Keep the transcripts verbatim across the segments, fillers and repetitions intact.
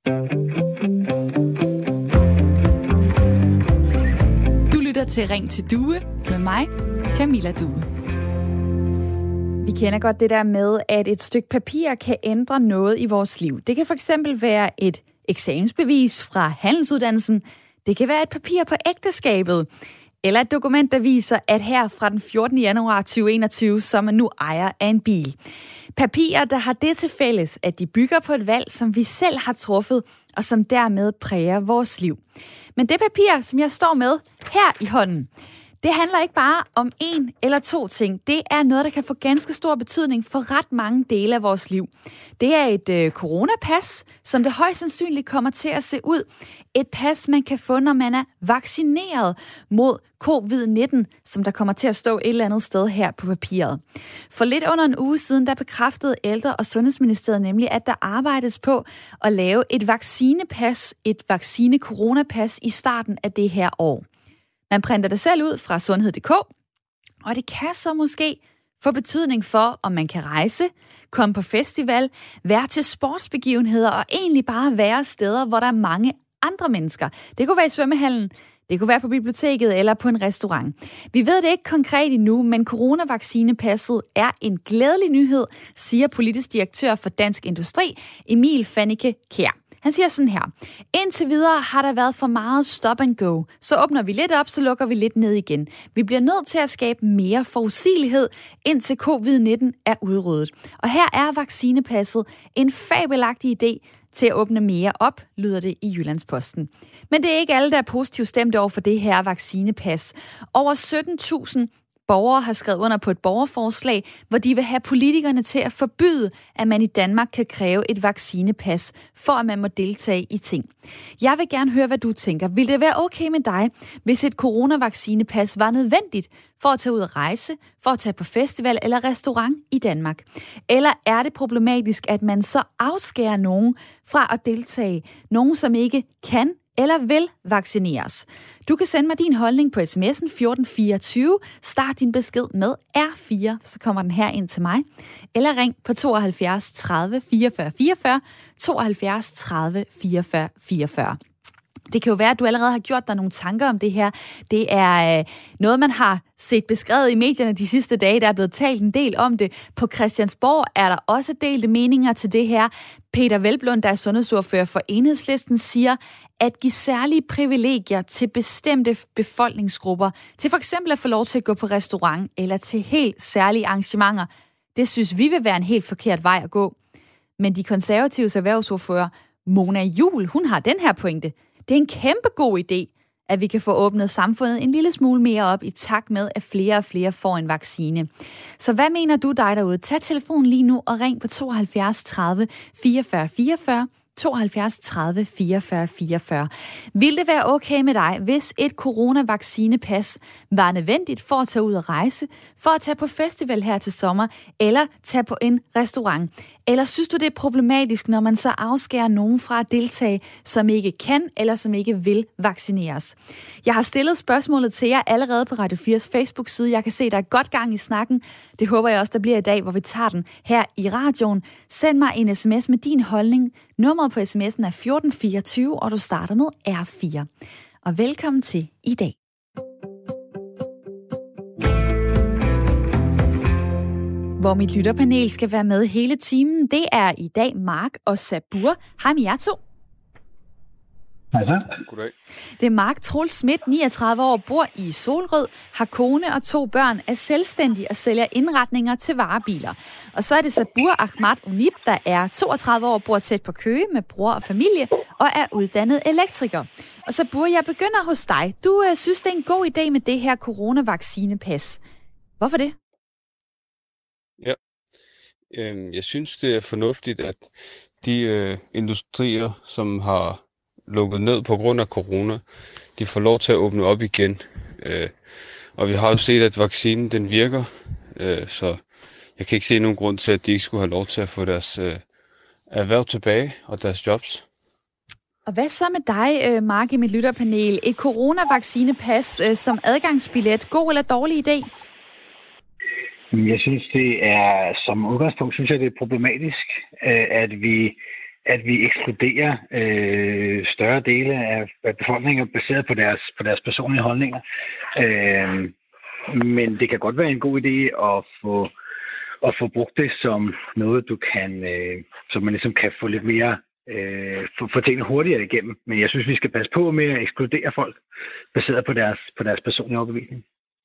Du lytter til Ring til Due med mig, Camilla Due. Vi kender godt det der med, at et stykke papir kan ændre noget i vores liv. Det kan for eksempel være et eksamensbevis fra handelsuddannelsen. Det kan være et papir på ægteskabet. Eller et dokument, der viser, at her fra den fjortende januar to tusind og enogtyve, så er man nu ejer af en bil. Papirer, der har det til fælles, at de bygger på et valg, som vi selv har truffet, og som dermed præger vores liv. Men det papir, som jeg står med her i hånden, det handler ikke bare om en eller to ting. Det er noget, der kan få ganske stor betydning for ret mange dele af vores liv. Det er et øh, coronapas, som det højst sandsynligt kommer til at se ud. Et pas, man kan få, når man er vaccineret mod covid nitten, som der kommer til at stå et eller andet sted her på papiret. For lidt under en uge siden, der bekræftede Ældre- og Sundhedsministeriet nemlig, at der arbejdes på at lave et vaccinepas, et vaccine-coronapas i starten af det her år. Man printer det selv ud fra sundhed punktum d k, og det kan så måske få betydning for, om man kan rejse, komme på festival, være til sportsbegivenheder og egentlig bare være steder, hvor der er mange andre mennesker. Det kunne være i svømmehallen, det kunne være på biblioteket eller på en restaurant. Vi ved det ikke konkret endnu, men coronavaccinepasset er en glædelig nyhed, siger politisk direktør for Dansk Industri, Emil Fannike Kjær. Han siger sådan her: indtil videre har der været for meget stop and go. Så åbner vi lidt op, så lukker vi lidt ned igen. Vi bliver nødt til at skabe mere forudsigelighed, indtil covid nitten er udryddet. Og her er vaccinepasset en fabelagtig idé til at åbne mere op, lyder det i Jyllandsposten. Men det er ikke alle, der er positivt stemt over for det her vaccinepas. Over sytten tusind borgere har skrevet under på et borgerforslag, hvor de vil have politikerne til at forbyde, at man i Danmark kan kræve et vaccinepas, for at man må deltage i ting. Jeg vil gerne høre, hvad du tænker. Vil det være okay med dig, hvis et coronavaccinepas var nødvendigt for at tage ud at rejse, for at tage på festival eller restaurant i Danmark? Eller er det problematisk, at man så afskærer nogen fra at deltage? Nogen, som ikke kan eller vil vaccineres? Du kan sende mig din holdning på sms'en fjorten fireogtyve. Start din besked med R fire, så kommer den her ind til mig. Eller ring på tooghalvfjerds tredive fireogfyrre fireogfyrre, tooghalvfjerds tredive fireogfyrre fireogfyrre. Det kan jo være, at du allerede har gjort dig nogle tanker om det her. Det er øh, noget, man har set beskrevet i medierne de sidste dage. Der er blevet talt en del om det. På Christiansborg er der også delte meninger til det her. Peter Velblund, der er sundhedsordfører for Enhedslisten, siger, at give særlige privilegier til bestemte befolkningsgrupper, til for eksempel at få lov til at gå på restaurant eller til helt særlige arrangementer, det synes vi vil være en helt forkert vej at gå. Men de konservatives erhvervsordfører, Mona Juul, hun har den her pointe. Det er en kæmpe god idé, at vi kan få åbnet samfundet en lille smule mere op i takt med, at flere og flere får en vaccine. Så hvad mener du dig derude? Tag telefonen lige nu og ring på tooghalvfjerds tredive fireogfyrre fireogfyrre, tooghalvfjerds tredive fireogfyrre fireogfyrre. Vil det være okay med dig, hvis et coronavaccinepas var nødvendigt for at tage ud og rejse, for at tage på festival her til sommer, eller tage på en restaurant? Eller synes du, det er problematisk, når man så afskærer nogen fra at deltage, som ikke kan eller som ikke vil vaccineres? Jeg har stillet spørgsmålet til jer allerede på Radio fires Facebook-side. Jeg kan se, der er godt gang i snakken. Det håber jeg også, der bliver i dag, hvor vi tager den her i radioen. Send mig en sms med din holdning. Nummeret på sms'en er fjorten fireogtyve, og du starter med R fire. Og velkommen til i dag. Hvor mit lytterpanel skal være med hele timen, det er i dag Mark og Sabur. Hej med jer to. Hej så. Goddag. Det er Mark Troels Schmidt, niogtredive år, bor i Solrød, har kone og to børn, er selvstændig og sælger indretninger til varebiler. Og så er det Sabur Ahmad Unib, der er toogtredive år, bor tæt på Køge med bror og familie og er uddannet elektriker. Og Sabur, jeg begynder hos dig. Du øh, synes, det er en god idé med det her coronavaccinepas. Hvorfor det? Ja, øhm, jeg synes, det er fornuftigt, at de øh, industrier, som har lukket ned på grund af corona, de får lov til at åbne op igen. Øh, og vi har jo set, at vaccinen den virker, øh, så jeg kan ikke se nogen grund til, at de ikke skulle have lov til at få deres øh, erhverv tilbage og deres jobs. Og hvad så med dig, Mark, i mit lytterpanel? Et coronavaccinepas øh, som adgangsbillet, god eller dårlig idé? Jeg synes, det er, som udgangspunkt, synes jeg, det er problematisk, at vi at vi ekskluderer øh, større dele af, af befolkningen baseret på deres, på deres personlige holdninger. Øh, men det kan godt være en god idé at få, at få brugt det som noget, du kan, øh, som man ligesom kan få lidt mere øh, få, få tingene hurtigere igennem. Men jeg synes, vi skal passe på med at ekskludere folk baseret på deres, på deres personlige overbevisning.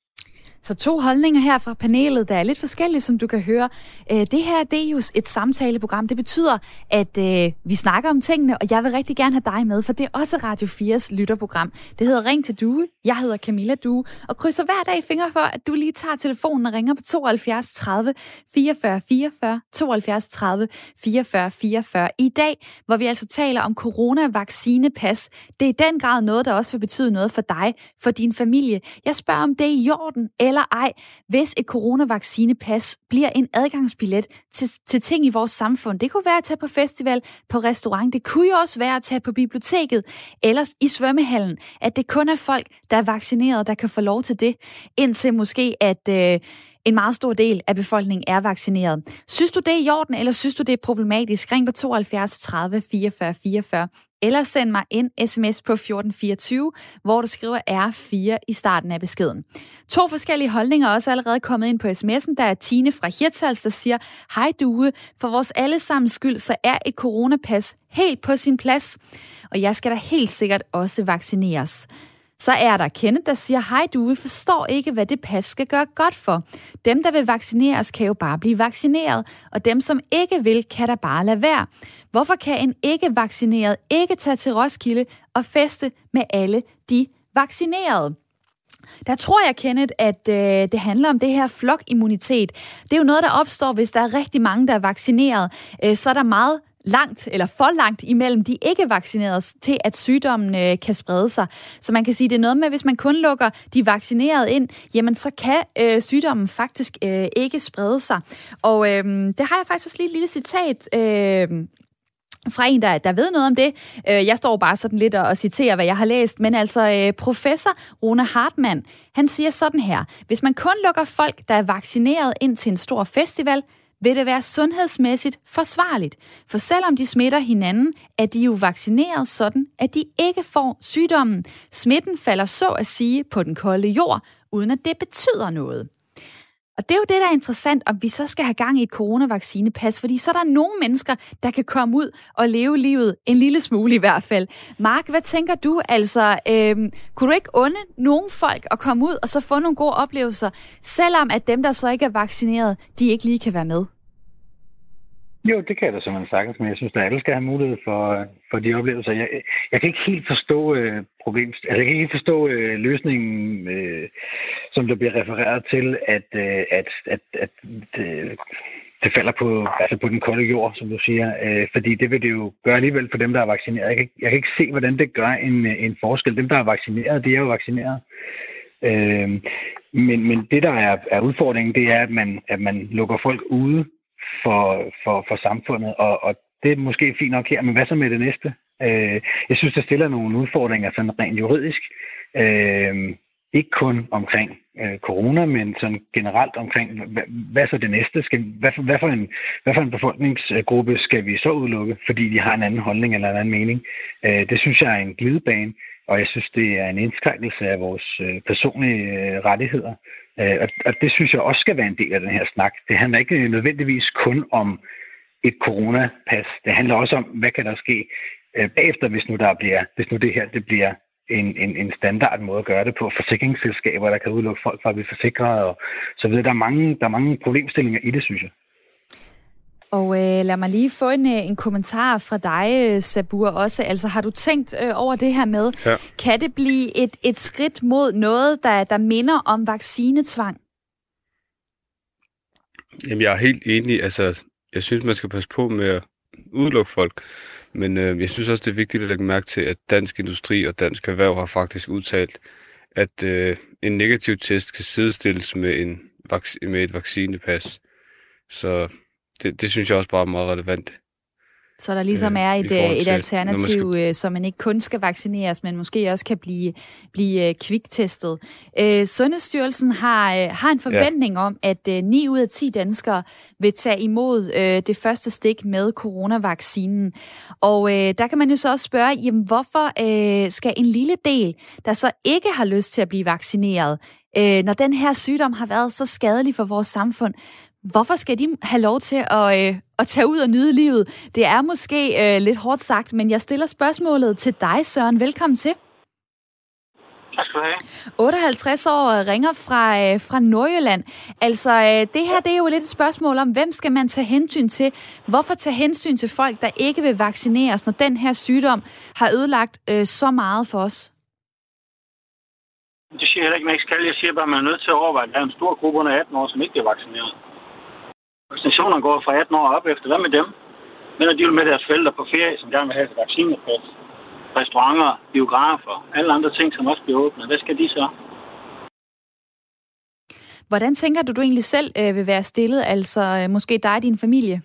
Så to holdninger her fra panelet, der er lidt forskellige, som du kan høre. Det her, det er jo et samtaleprogram. Det betyder, at øh, vi snakker om tingene, og jeg vil rigtig gerne have dig med, for det er også Radio fires lytterprogram. Det hedder Ring til Due. Jeg hedder Camilla Due, og krydser hver dag fingre for, at du lige tager telefonen og ringer på tooghalvfjerds tredive fireogfyrre fireogfyrre, tooghalvfjerds tredive fireogfyrre fireogfyrre. I dag, hvor vi altså taler om coronavaccinepas, det er i den grad noget, der også vil betyde noget for dig, for din familie. Jeg spørger, om det er i orden, eller ej, hvis et coronavaccinepas bliver en adgangsbillet til, til ting i vores samfund. Det kunne være at tage på festival, på restaurant. Det kunne jo også være at tage på biblioteket eller i svømmehallen. At det kun er folk, der er vaccineret, der kan få lov til det, indtil måske at øh, en meget stor del af befolkningen er vaccineret. Synes du det er i orden, eller synes du det er problematisk? Ring på tooghalvfjerds tredive fireogfyrre fireogfyrre. Eller send mig en sms på fjorten fireogtyve, hvor du skriver R fire i starten af beskeden. To forskellige holdninger er også allerede kommet ind på sms'en. Der er Tine fra Hirtshals, der siger, hej Due, for vores allesammens skyld, så er et coronapas helt på sin plads. Og jeg skal da helt sikkert også vaccineres. Så er der Kenneth, der siger, hej Due, forstår ikke, hvad det pas skal gøre godt for. Dem, der vil vaccineres, kan jo bare blive vaccineret, og dem, som ikke vil, kan da bare lade være. Hvorfor kan en ikke-vaccineret ikke tage til Roskilde og feste med alle de vaccinerede? Der tror jeg, Kenneth, at øh, det handler om det her flokimmunitet. Det er jo noget, der opstår, hvis der er rigtig mange, der er vaccineret. Øh, så er der meget langt, eller for langt imellem de ikke-vaccinerede, til at sygdommen øh, kan sprede sig. Så man kan sige, det er noget med, hvis man kun lukker de vaccinerede ind, jamen så kan øh, sygdommen faktisk øh, ikke sprede sig. Og øh, det har jeg faktisk også lige et lille citat øh, fra en, der, der ved noget om det. Jeg står bare sådan lidt og citerer, hvad jeg har læst, men altså professor Rune Hartmann, han siger sådan her: hvis man kun lukker folk, der er vaccineret ind til en stor festival, vil det være sundhedsmæssigt forsvarligt. For selvom de smitter hinanden, er de jo vaccineret sådan, at de ikke får sygdommen. Smitten falder så at sige på den kolde jord, uden at det betyder noget. Og det er jo det, der er interessant, om vi så skal have gang i et coronavaccinepas, fordi så er der nogle mennesker, der kan komme ud og leve livet en lille smule i hvert fald. Mark, hvad tænker du? Altså, øhm, kunne du ikke unde nogle folk at komme ud og så få nogle gode oplevelser, selvom at dem, der så ikke er vaccineret, de ikke lige kan være med? Jo, det kan jeg da simpelthen sagtens, men jeg synes, at alle skal have mulighed for, for de oplevelser. Jeg, jeg kan ikke helt forstå øh, problemet. Altså, jeg kan ikke helt forstå øh, løsningen, øh, som der bliver refereret til, at, øh, at, at, at det, det falder på, altså på den kolde jord, som du siger. Øh, fordi det vil det jo gøre alligevel for dem, der er vaccineret. Jeg kan, jeg kan ikke se, hvordan det gør en, en forskel. Dem, der er vaccineret, de er jo vaccineret. Øh, men, men det, der er, er udfordringen, det er, at man, at man lukker folk ude For, for, for samfundet, og, og det er måske fint nok her, men hvad så med det næste? Øh, jeg synes, det stiller nogle udfordringer sådan rent juridisk. Øh, ikke kun omkring øh, corona, men sådan generelt omkring, hvad, hvad så det næste? Skal, hvad, for, hvad, for en, hvad for en befolkningsgruppe skal vi så udelukke, fordi de har en anden holdning eller en anden mening? Øh, det synes jeg er en glidebane, og jeg synes, det er en indskrænkelse af vores øh, personlige øh, rettigheder. Øh, og, og det synes jeg også skal være en del af den her snak. Det handler ikke nødvendigvis kun om et coronapas. Det handler også om, hvad kan der ske øh, bagefter, hvis nu, der bliver, hvis nu det her det bliver en, en, en standard måde at gøre det på. Forsikringsselskaber, der kan udelukke folk fra at blive forsikret og så videre. Der er mange, der er mange problemstillinger i det, synes jeg. Og øh, lad mig lige få en, en kommentar fra dig, Sabur, også. Altså, har du tænkt øh, over det her med, ja. Kan det blive et, et skridt mod noget, der, der minder om vaccinetvang? Jamen, jeg er helt enig. Altså, jeg synes, man skal passe på med at udelukke folk. Men øh, jeg synes også, det er vigtigt at lægge mærke til, at Dansk Industri og Dansk Erhverv har faktisk udtalt, at øh, en negativ test kan sidestilles med, en vac- med et vaccinepas. Så det, det synes jeg også bare er meget relevant. Så der ligesom øh, er et, et til, alternativ, skal... så man ikke kun skal vaccineres, men måske også kan blive, blive kviktestet. Øh, Sundhedsstyrelsen har, har en forventning ja. om, at ni ud af ti danskere vil tage imod øh, det første stik med coronavaccinen. Og øh, der kan man jo så også spørge, jamen, hvorfor øh, skal en lille del, der så ikke har lyst til at blive vaccineret, øh, når den her sygdom har været så skadelig for vores samfund, hvorfor skal de have lov til at, øh, at tage ud og nyde livet? Det er måske øh, lidt hårdt sagt, men jeg stiller spørgsmålet til dig, Søren. Velkommen til. Tak skal du have. otteoghalvtreds år ringer fra, øh, fra Nordjylland. Altså, øh, det her det er jo lidt et spørgsmål om, hvem skal man tage hensyn til? Hvorfor tage hensyn til folk, der ikke vil vaccineres, når den her sygdom har ødelagt øh, så meget for os? Det siger jeg heller ikke, man ikke skal. Jeg siger bare, at man er nødt til at overveje, at der er en stor gruppe under atten år, som ikke bliver vaccineret. Vaccinationerne går fra atten år op efter. Hvad med dem? Men de vil med deres forældre på ferie, som gerne vil have et vaccinepas. Restauranter, biografer, alle andre ting, som også bliver åbnet. Hvad skal de så? Hvordan tænker du, du egentlig selv øh, vil være stillet? Altså øh, måske dig og din familie?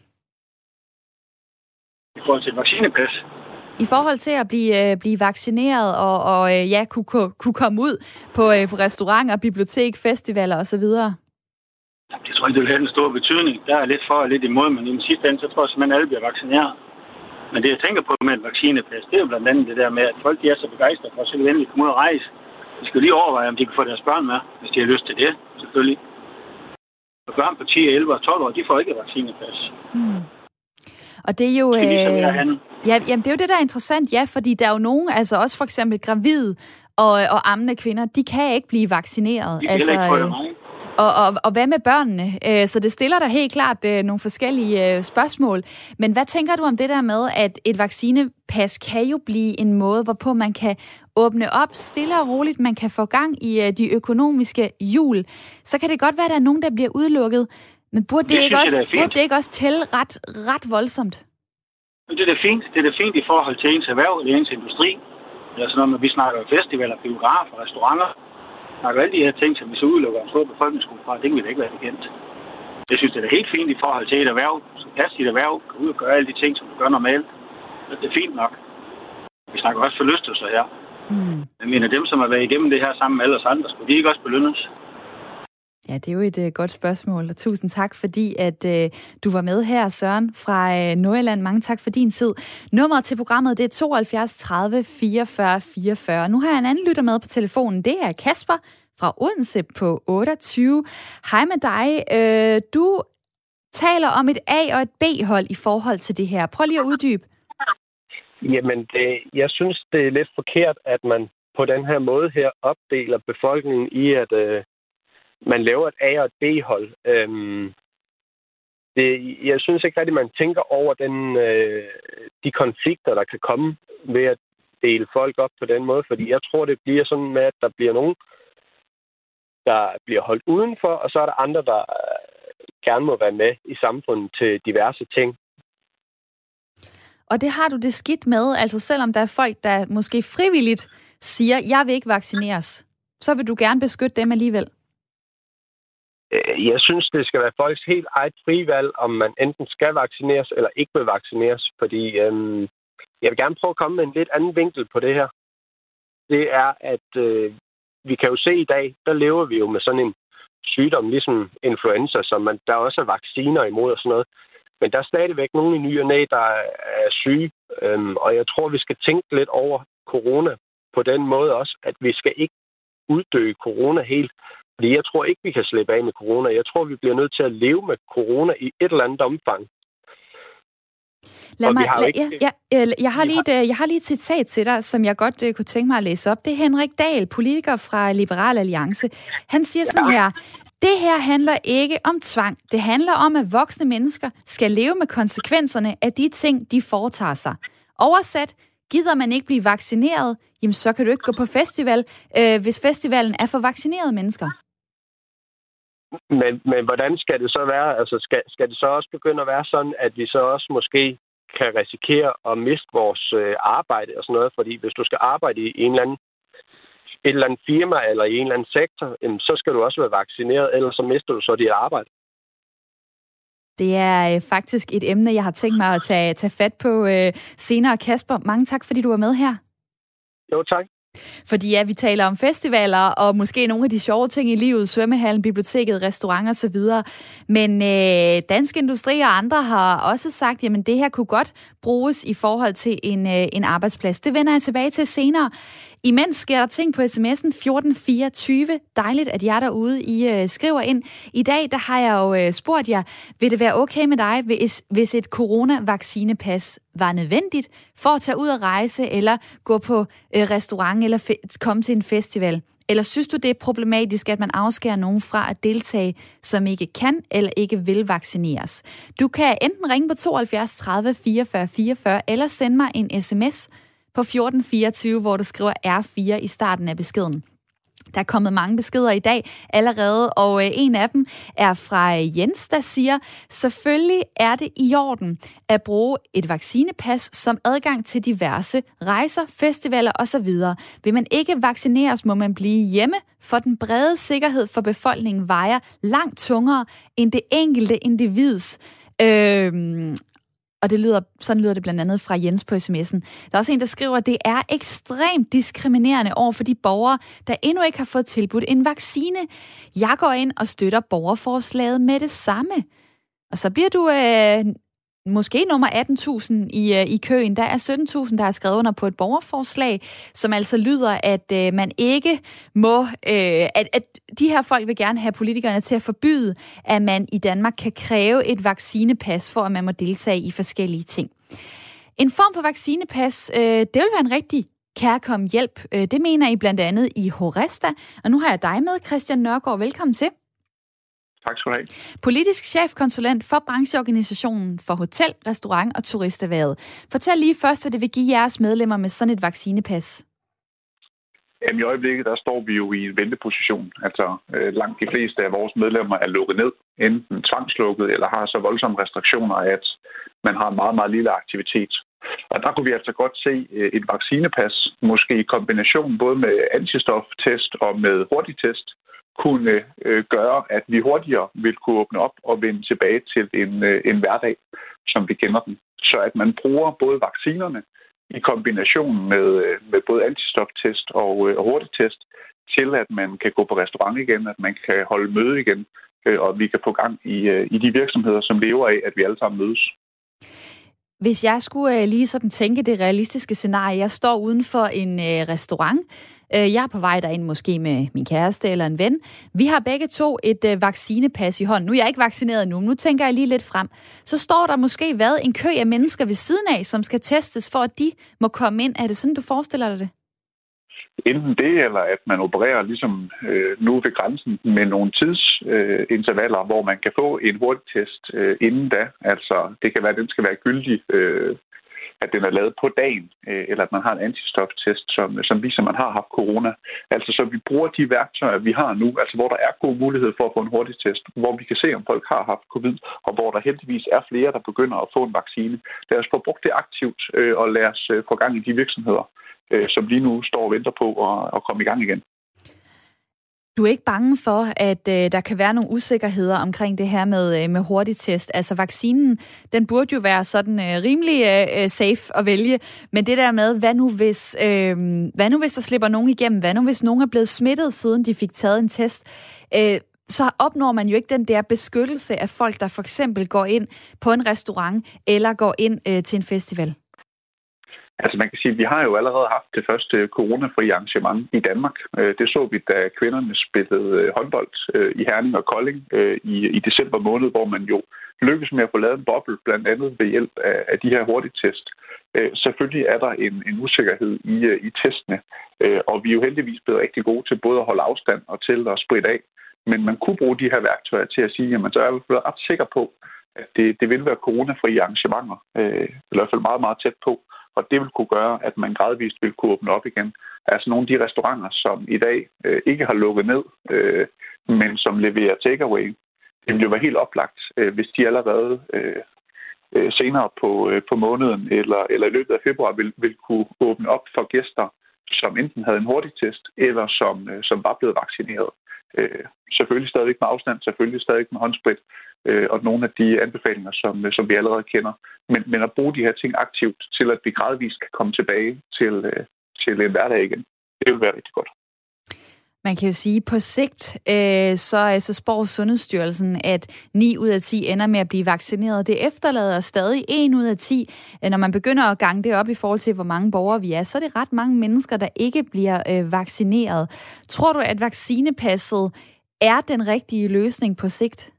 I forhold til et vaccinepas? I forhold til at blive, øh, blive vaccineret og, og øh, ja, kunne, kunne, kunne komme ud på, øh, på restauranter, bibliotek, festivaler osv.? Jeg tror ikke, det vil have en stor betydning. Der er lidt for og lidt imod, men i den sidste ende, så tror jeg simpelthen, at alle bliver vaccineret. Men det, jeg tænker på med et vaccinepas, det er jo blandt andet det der med, at folk de er så begejstrede for, så vil endelig komme ud og rejse. De skal lige overveje, om de kan få deres børn med, hvis de har lyst til det, selvfølgelig. Og børn på ti, elleve og tolv år, de får ikke et vaccinepas. Mm. Og det er jo... Det er øh... ja, jamen, det er jo det, der er interessant, ja, fordi der er jo nogen, altså også for eksempel gravide og, og ammende kvinder, de kan ikke blive vaccineret. De kan altså, heller ikke få det. Og, og, og hvad med børnene? Så det stiller dig helt klart nogle forskellige spørgsmål. Men hvad tænker du om det der med, at et vaccinepas kan jo blive en måde, hvorpå man kan åbne op stille og roligt, man kan få gang i de økonomiske hjul. Så kan det godt være, at der er nogen, der bliver udelukket. Men burde det, det, ikke, også, det, burde det ikke også tælle ret, ret voldsomt? Det er da fint. Det er da fint i forhold til ens erhverv eller ens industri. Det er sådan noget, at vi snakker festivaler, biografer, restauranter. Snakker alle de her ting, som vi så udelukker en stor befolkningsgruppe fra, det kan vi da ikke være bekendt. Jeg synes, det er helt fint i forhold til et erhverv. Så passe dit erhverv, gå ud og gøre alle de ting, som du gør normalt. Det er fint nok. Vi snakker også forlystelser her. Mm. Jeg mener, dem, som har været igennem det her sammen med alle os andre, skulle de ikke også belønnes? Ja, det er jo et uh, godt spørgsmål, og tusind tak, fordi at uh, du var med her, Søren, fra uh, Nordjylland. Mange tak for din tid. Nummeret til programmet, det er tooghalvfjerds tredive fireogfyrre fireogfyrre. Nu har jeg en anden lytter med på telefonen. Det er Kasper fra Odense på otteogtyve. Hej med dig. Uh, du taler om et A- og et B-hold i forhold til det her. Prøv lige at uddybe. Jamen, det, jeg synes, det er lidt forkert, at man på den her måde her opdeler befolkningen i, at uh, man laver et A- og et B-hold. Øhm, det, jeg synes ikke rigtig, man tænker over den, øh, de konflikter, der kan komme ved at dele folk op på den måde. Fordi jeg tror, det bliver sådan med, at der bliver nogen, der bliver holdt udenfor, og så er der andre, der gerne må være med i samfundet til diverse ting. Og det har du det skidt med, altså selvom der er folk, der måske frivilligt siger, jeg vil ikke vaccineres, så vil du gerne beskytte dem alligevel. Jeg synes, det skal være folks helt eget frivalg, om man enten skal vaccineres eller ikke vil vaccineres. Fordi øhm, jeg vil gerne prøve at komme med en lidt anden vinkel på det her. Det er, at øh, vi kan jo se i dag, der lever vi jo med sådan en sygdom, ligesom influenza, som man, der også er vacciner imod og sådan noget. Men der er stadigvæk nogen i ny og næ, der er syge. Øhm, og jeg tror, vi skal tænke lidt over corona på den måde også, at vi skal ikke uddø corona helt. Fordi jeg tror ikke, vi kan slippe af med corona. Jeg tror, vi bliver nødt til at leve med corona i et eller andet omfang. Lad mig, lad, ikke... ja, ja, jeg, har lige et, jeg har lige et citat til dig, som jeg godt uh, kunne tænke mig at læse op. Det er Henrik Dahl, politiker fra Liberal Alliance. Han siger sådan her: det her handler ikke om tvang. Det handler om, at voksne mennesker skal leve med konsekvenserne af de ting, de foretager sig. Oversat: gider man ikke blive vaccineret, jamen så kan du ikke gå på festival, øh, hvis festivalen er for vaccinerede mennesker. Men, men hvordan skal det så være? Altså skal, skal det så også begynde at være sådan, at vi så også måske kan risikere at miste vores øh, arbejde og sådan noget? Fordi hvis du skal arbejde i en eller anden, et eller andet firma eller i en eller anden sektor, jamen, så skal du også være vaccineret, ellers så mister du så dit arbejde. Det er øh, faktisk et emne, jeg har tænkt mig at tage, tage fat på øh, senere. Kasper, mange tak, fordi du var med her. Jo, tak. Fordi ja, vi taler om festivaler og måske nogle af de sjove ting i livet, svømmehallen, biblioteket, restauranter osv. Men øh, Dansk Industri og andre har også sagt, jamen det her kunne godt bruges i forhold til en, øh, en arbejdsplads. Det vender jeg tilbage til senere. Imens sker der ting på sms'en fjorten fireogtyve. Dejligt, at jer derude I øh, skriver ind. I dag der har jeg jo øh, spurgt jer, vil det være okay med dig, hvis, hvis et coronavaccinepas var nødvendigt for at tage ud og rejse, eller gå på øh, restaurant, eller fe- komme til en festival? Eller synes du, det er problematisk, at man afskærer nogen fra at deltage, som ikke kan eller ikke vil vaccineres? Du kan enten ringe på tooghalvfjerds tredive fireogfyrre fireogfyrre, eller sende mig en sms på fjorten fireogtyve, hvor du skriver R fire i starten af beskeden. Der er kommet mange beskeder i dag allerede, og en af dem er fra Jens, der siger, selvfølgelig er det i orden at bruge et vaccinepas som adgang til diverse rejser, festivaler osv. Vil man ikke vaccineres, må man blive hjemme, for den brede sikkerhed for befolkningen vejer langt tungere end det enkelte individs øh, Og det lyder, sådan lyder det blandt andet fra Jens på sms'en. Der er også en, der skriver, at det er ekstremt diskriminerende over for de borgere, der endnu ikke har fået tilbudt en vaccine. Jeg går ind og støtter borgerforslaget med det samme. Og så bliver du øh, måske nummer atten tusind i, øh, i køen. Der er sytten tusind, der har skrevet under på et borgerforslag, som altså lyder, at øh, man ikke må... Øh, at, at de her folk vil gerne have politikerne til at forbyde, at man i Danmark kan kræve et vaccinepas, for at man må deltage i forskellige ting. En form for vaccinepas, øh, det vil være en rigtig kærkommen hjælp. Øh, det mener I blandt andet i Horesta. Og nu har jeg dig med, Christian Nørgaard. Velkommen til. Tak skal du have. Politisk chefkonsulent for brancheorganisationen for hotel, restaurant og turisterhvervet. Fortæl lige først, hvad det vil give jeres medlemmer med sådan et vaccinepas. Jamen, i øjeblikket, der står vi jo i en venteposition. Altså, øh, langt de fleste af vores medlemmer er lukket ned, enten tvangslukket eller har så voldsomme restriktioner, at man har en meget, meget lille aktivitet. Og der kunne vi altså godt se øh, et vaccinepas, måske i kombination både med antistoftest og med hurtigtest, kunne øh, gøre, at vi hurtigere vil kunne åbne op og vende tilbage til en, øh, en hverdag, som vi kender den. Så at man bruger både vaccinerne i kombination med, med både antistoftest og, og hurtigtest, til at man kan gå på restaurant igen, at man kan holde møde igen, og vi kan få gang i, i de virksomheder, som lever af, at vi alle sammen mødes. Hvis jeg skulle lige sådan tænke det realistiske scenarie, jeg står uden for en øh, restaurant, øh, jeg er på vej derind måske med min kæreste eller en ven. Vi har begge to et øh, vaccinepas i hånden. Nu er jeg ikke vaccineret nu, nu tænker jeg lige lidt frem. Så står der måske hvad, en kø af mennesker ved siden af, som skal testes, for at de må komme ind. Er det sådan, du forestiller dig det? Enten det, eller at man opererer ligesom øh, nu ved grænsen med nogle tidsintervaller, øh, hvor man kan få en hurtigtest øh, inden da. Altså, det kan være, at den skal være gyldig, øh, at den er lavet på dagen, øh, eller at man har en antistoftest, som, som viser, at man har haft corona. Altså, så vi bruger de værktøjer, vi har nu, altså hvor der er god mulighed for at få en hurtigtest, hvor vi kan se, om folk har haft covid, og hvor der heldigvis er flere, der begynder at få en vaccine. Lad os få brugt det aktivt, øh, og lad os øh, få gang i de virksomheder, som lige nu står og venter på at, at komme i gang igen. Du er ikke bange for, at øh, der kan være nogle usikkerheder omkring det her med, øh, med hurtigtest? Altså vaccinen, den burde jo være sådan øh, rimelig øh, safe at vælge, men det der med, hvad nu, hvis, øh, hvad nu hvis der slipper nogen igennem? Hvad nu hvis nogen er blevet smittet, siden de fik taget en test? Øh, så opnår man jo ikke den der beskyttelse af folk, der for eksempel går ind på en restaurant eller går ind øh, til en festival. Altså man kan sige, at vi har jo allerede haft det første coronafri arrangement i Danmark. Det så vi, da kvinderne spillede håndbold i Herning og Kolding i, i december måned, hvor man jo lykkedes med at få lavet en boble, blandt andet ved hjælp af, af de her hurtigtest. Selvfølgelig er der en, en usikkerhed i, i testene, og vi er jo heldigvis blevet rigtig gode til både at holde afstand og til at spritte af. Men man kunne bruge de her værktøjer til at sige, at så er jeg blevet ret sikker på, at det, det vil være coronafri arrangementer, i hvert fald meget, meget tæt på. Og det vil kunne gøre, at man gradvist vil kunne åbne op igen. Altså nogle af de restauranter, som i dag øh, ikke har lukket ned, øh, men som leverer takeaway, det vil jo være helt oplagt, øh, hvis de allerede øh, øh, senere på, øh, på måneden eller, eller i løbet af februar vil, vil kunne åbne op for gæster, som enten havde en hurtigtest, eller som, øh, som var blevet vaccineret. Øh, selvfølgelig stadigvæk med afstand, selvfølgelig stadigvæk med håndsprit, øh, og nogle af de anbefalinger, som, som vi allerede kender. Men, men at bruge de her ting aktivt til, at vi gradvist kan komme tilbage til, øh, til en hverdag igen, det vil være rigtig godt. Man kan jo sige, at på sigt, øh, så, så spår Sundhedsstyrelsen, at ni ud af ti ender med at blive vaccineret. Det efterlader stadig en ud af ti. Når man begynder at gange det op i forhold til, hvor mange borgere vi er, så er det ret mange mennesker, der ikke bliver øh, vaccineret. Tror du, at vaccinepasset er den rigtige løsning på sigt?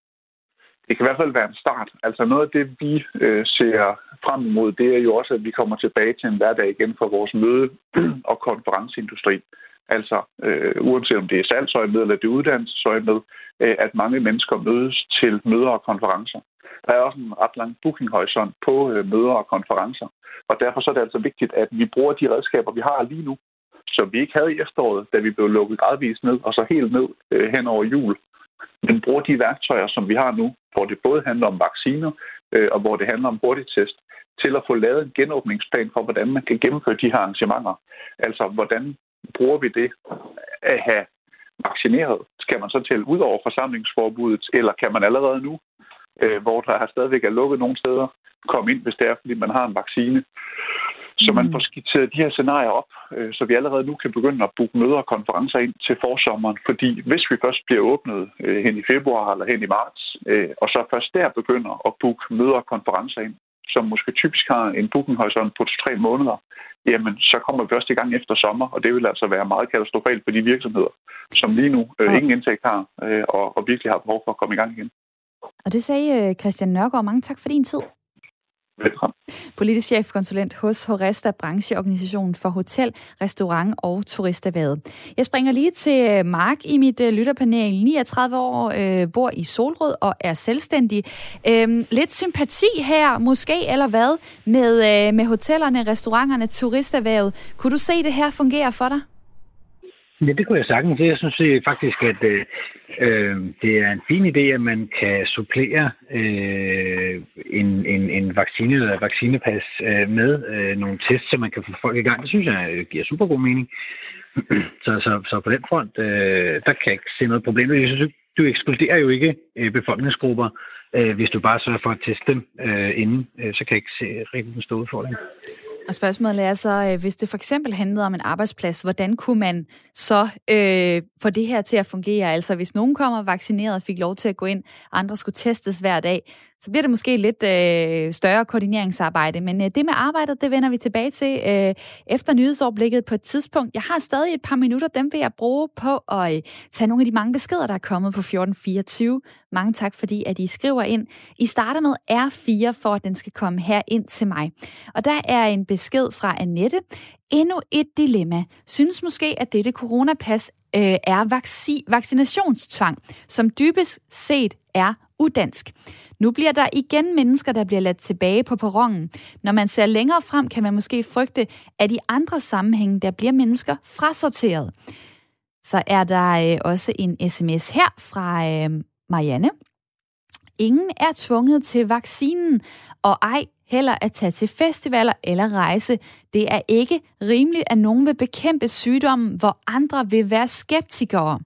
Det kan i hvert fald være en start. Altså noget af det, vi øh, ser frem imod, det er jo også, at vi kommer tilbage til en hverdag igen for vores møde- og konferenceindustri. Altså, øh, uanset om det er salgsøjemed eller det er uddannelsesøjemed, øh, at mange mennesker mødes til møder og konferencer. Der er også en ret lang bookinghorisont på øh, møder og konferencer. Og derfor så er det altså vigtigt, at vi bruger de redskaber, vi har lige nu, som vi ikke havde i efteråret, da vi blev lukket gradvist ned, og så helt ned øh, hen over jul. Men bruger de værktøjer, som vi har nu, hvor det både handler om vacciner, øh, og hvor det handler om hurtigtest, til at få lavet en genåbningsplan for, hvordan man kan gennemføre de her arrangementer. Altså, hvordan bruger vi det at have vaccineret? Skal man så tælle ud over forsamlingsforbuddet, eller kan man allerede nu, øh, hvor der har stadigvæk er lukket nogle steder, komme ind, hvis det er, fordi man har en vaccine? Så man får skitseret de her scenarier op, øh, så vi allerede nu kan begynde at booke møder og konferencer ind til forsommeren. Fordi hvis vi først bliver åbnet øh, hen i februar eller hen i marts, øh, og så først der begynder at booke møder og konferencer ind, som måske typisk har en bookinghorisont på tre måneder, jamen så kommer vi først i gang efter sommer, og det vil altså være meget katastrofalt for de virksomheder, som lige nu øh, ingen indtægt har, øh, og, og virkelig har behov for at komme i gang igen. Og det sagde Christian Nørgaard. Mange tak for din tid. Velkommen. Politisk chefkonsulent hos Horesta, brancheorganisationen for hotel, restaurant og turisterhvervet. Jeg springer lige til Mark i mit uh, lytterpanel. niogtredive år, øh, bor i Solrød og er selvstændig. Øhm, lidt sympati her, måske, eller hvad, med, øh, med hotellerne, restauranterne, turisterhvervet. Kunne du se det her fungere for dig? Ja, det kunne jeg sagtens. Jeg synes faktisk, at øh, det er en fin idé, at man kan supplere øh, en, en, en vaccine eller vaccinepas øh, med øh, nogle tests, så man kan få folk i gang. Det synes jeg giver super god mening. så, så, så på den front, øh, der kan jeg ikke se noget problem. Jeg synes, du ekskluderer jo ikke øh, befolkningsgrupper, øh, hvis du bare sørger for at teste dem øh, inden. Øh, så kan jeg ikke se rigtig den store udfordring. Og spørgsmålet er så, hvis det for eksempel handlede om en arbejdsplads, hvordan kunne man så øh, få det her til at fungere? Altså hvis nogen kommer vaccineret og fik lov til at gå ind, andre skulle testes hver dag, så bliver det måske lidt øh, større koordineringsarbejde. Men øh, det med arbejdet, det vender vi tilbage til øh, efter nyhedsoverblikket på et tidspunkt. Jeg har stadig et par minutter, dem vil jeg bruge på at øh, tage nogle af de mange beskeder, der er kommet på fjorten fireogtyve. Mange tak, fordi at I skriver ind. I starter med R fire, for at den skal komme her ind til mig. Og der er en besked fra Annette. Endnu et dilemma. Synes måske, at dette coronapas øh, er vaccin- vaccinationstvang, som dybest set er udansk. Nu bliver der igen mennesker, der bliver ladt tilbage på perronen. Når man ser længere frem, kan man måske frygte, at i andre sammenhænge, der bliver mennesker frasorteret. Så er der øh, også en sms her fra øh, Marianne. Ingen er tvunget til vaccinen, og ej heller at tage til festivaler eller rejse. Det er ikke rimeligt, at nogen vil bekæmpe sygdommen, hvor andre vil være skeptikere.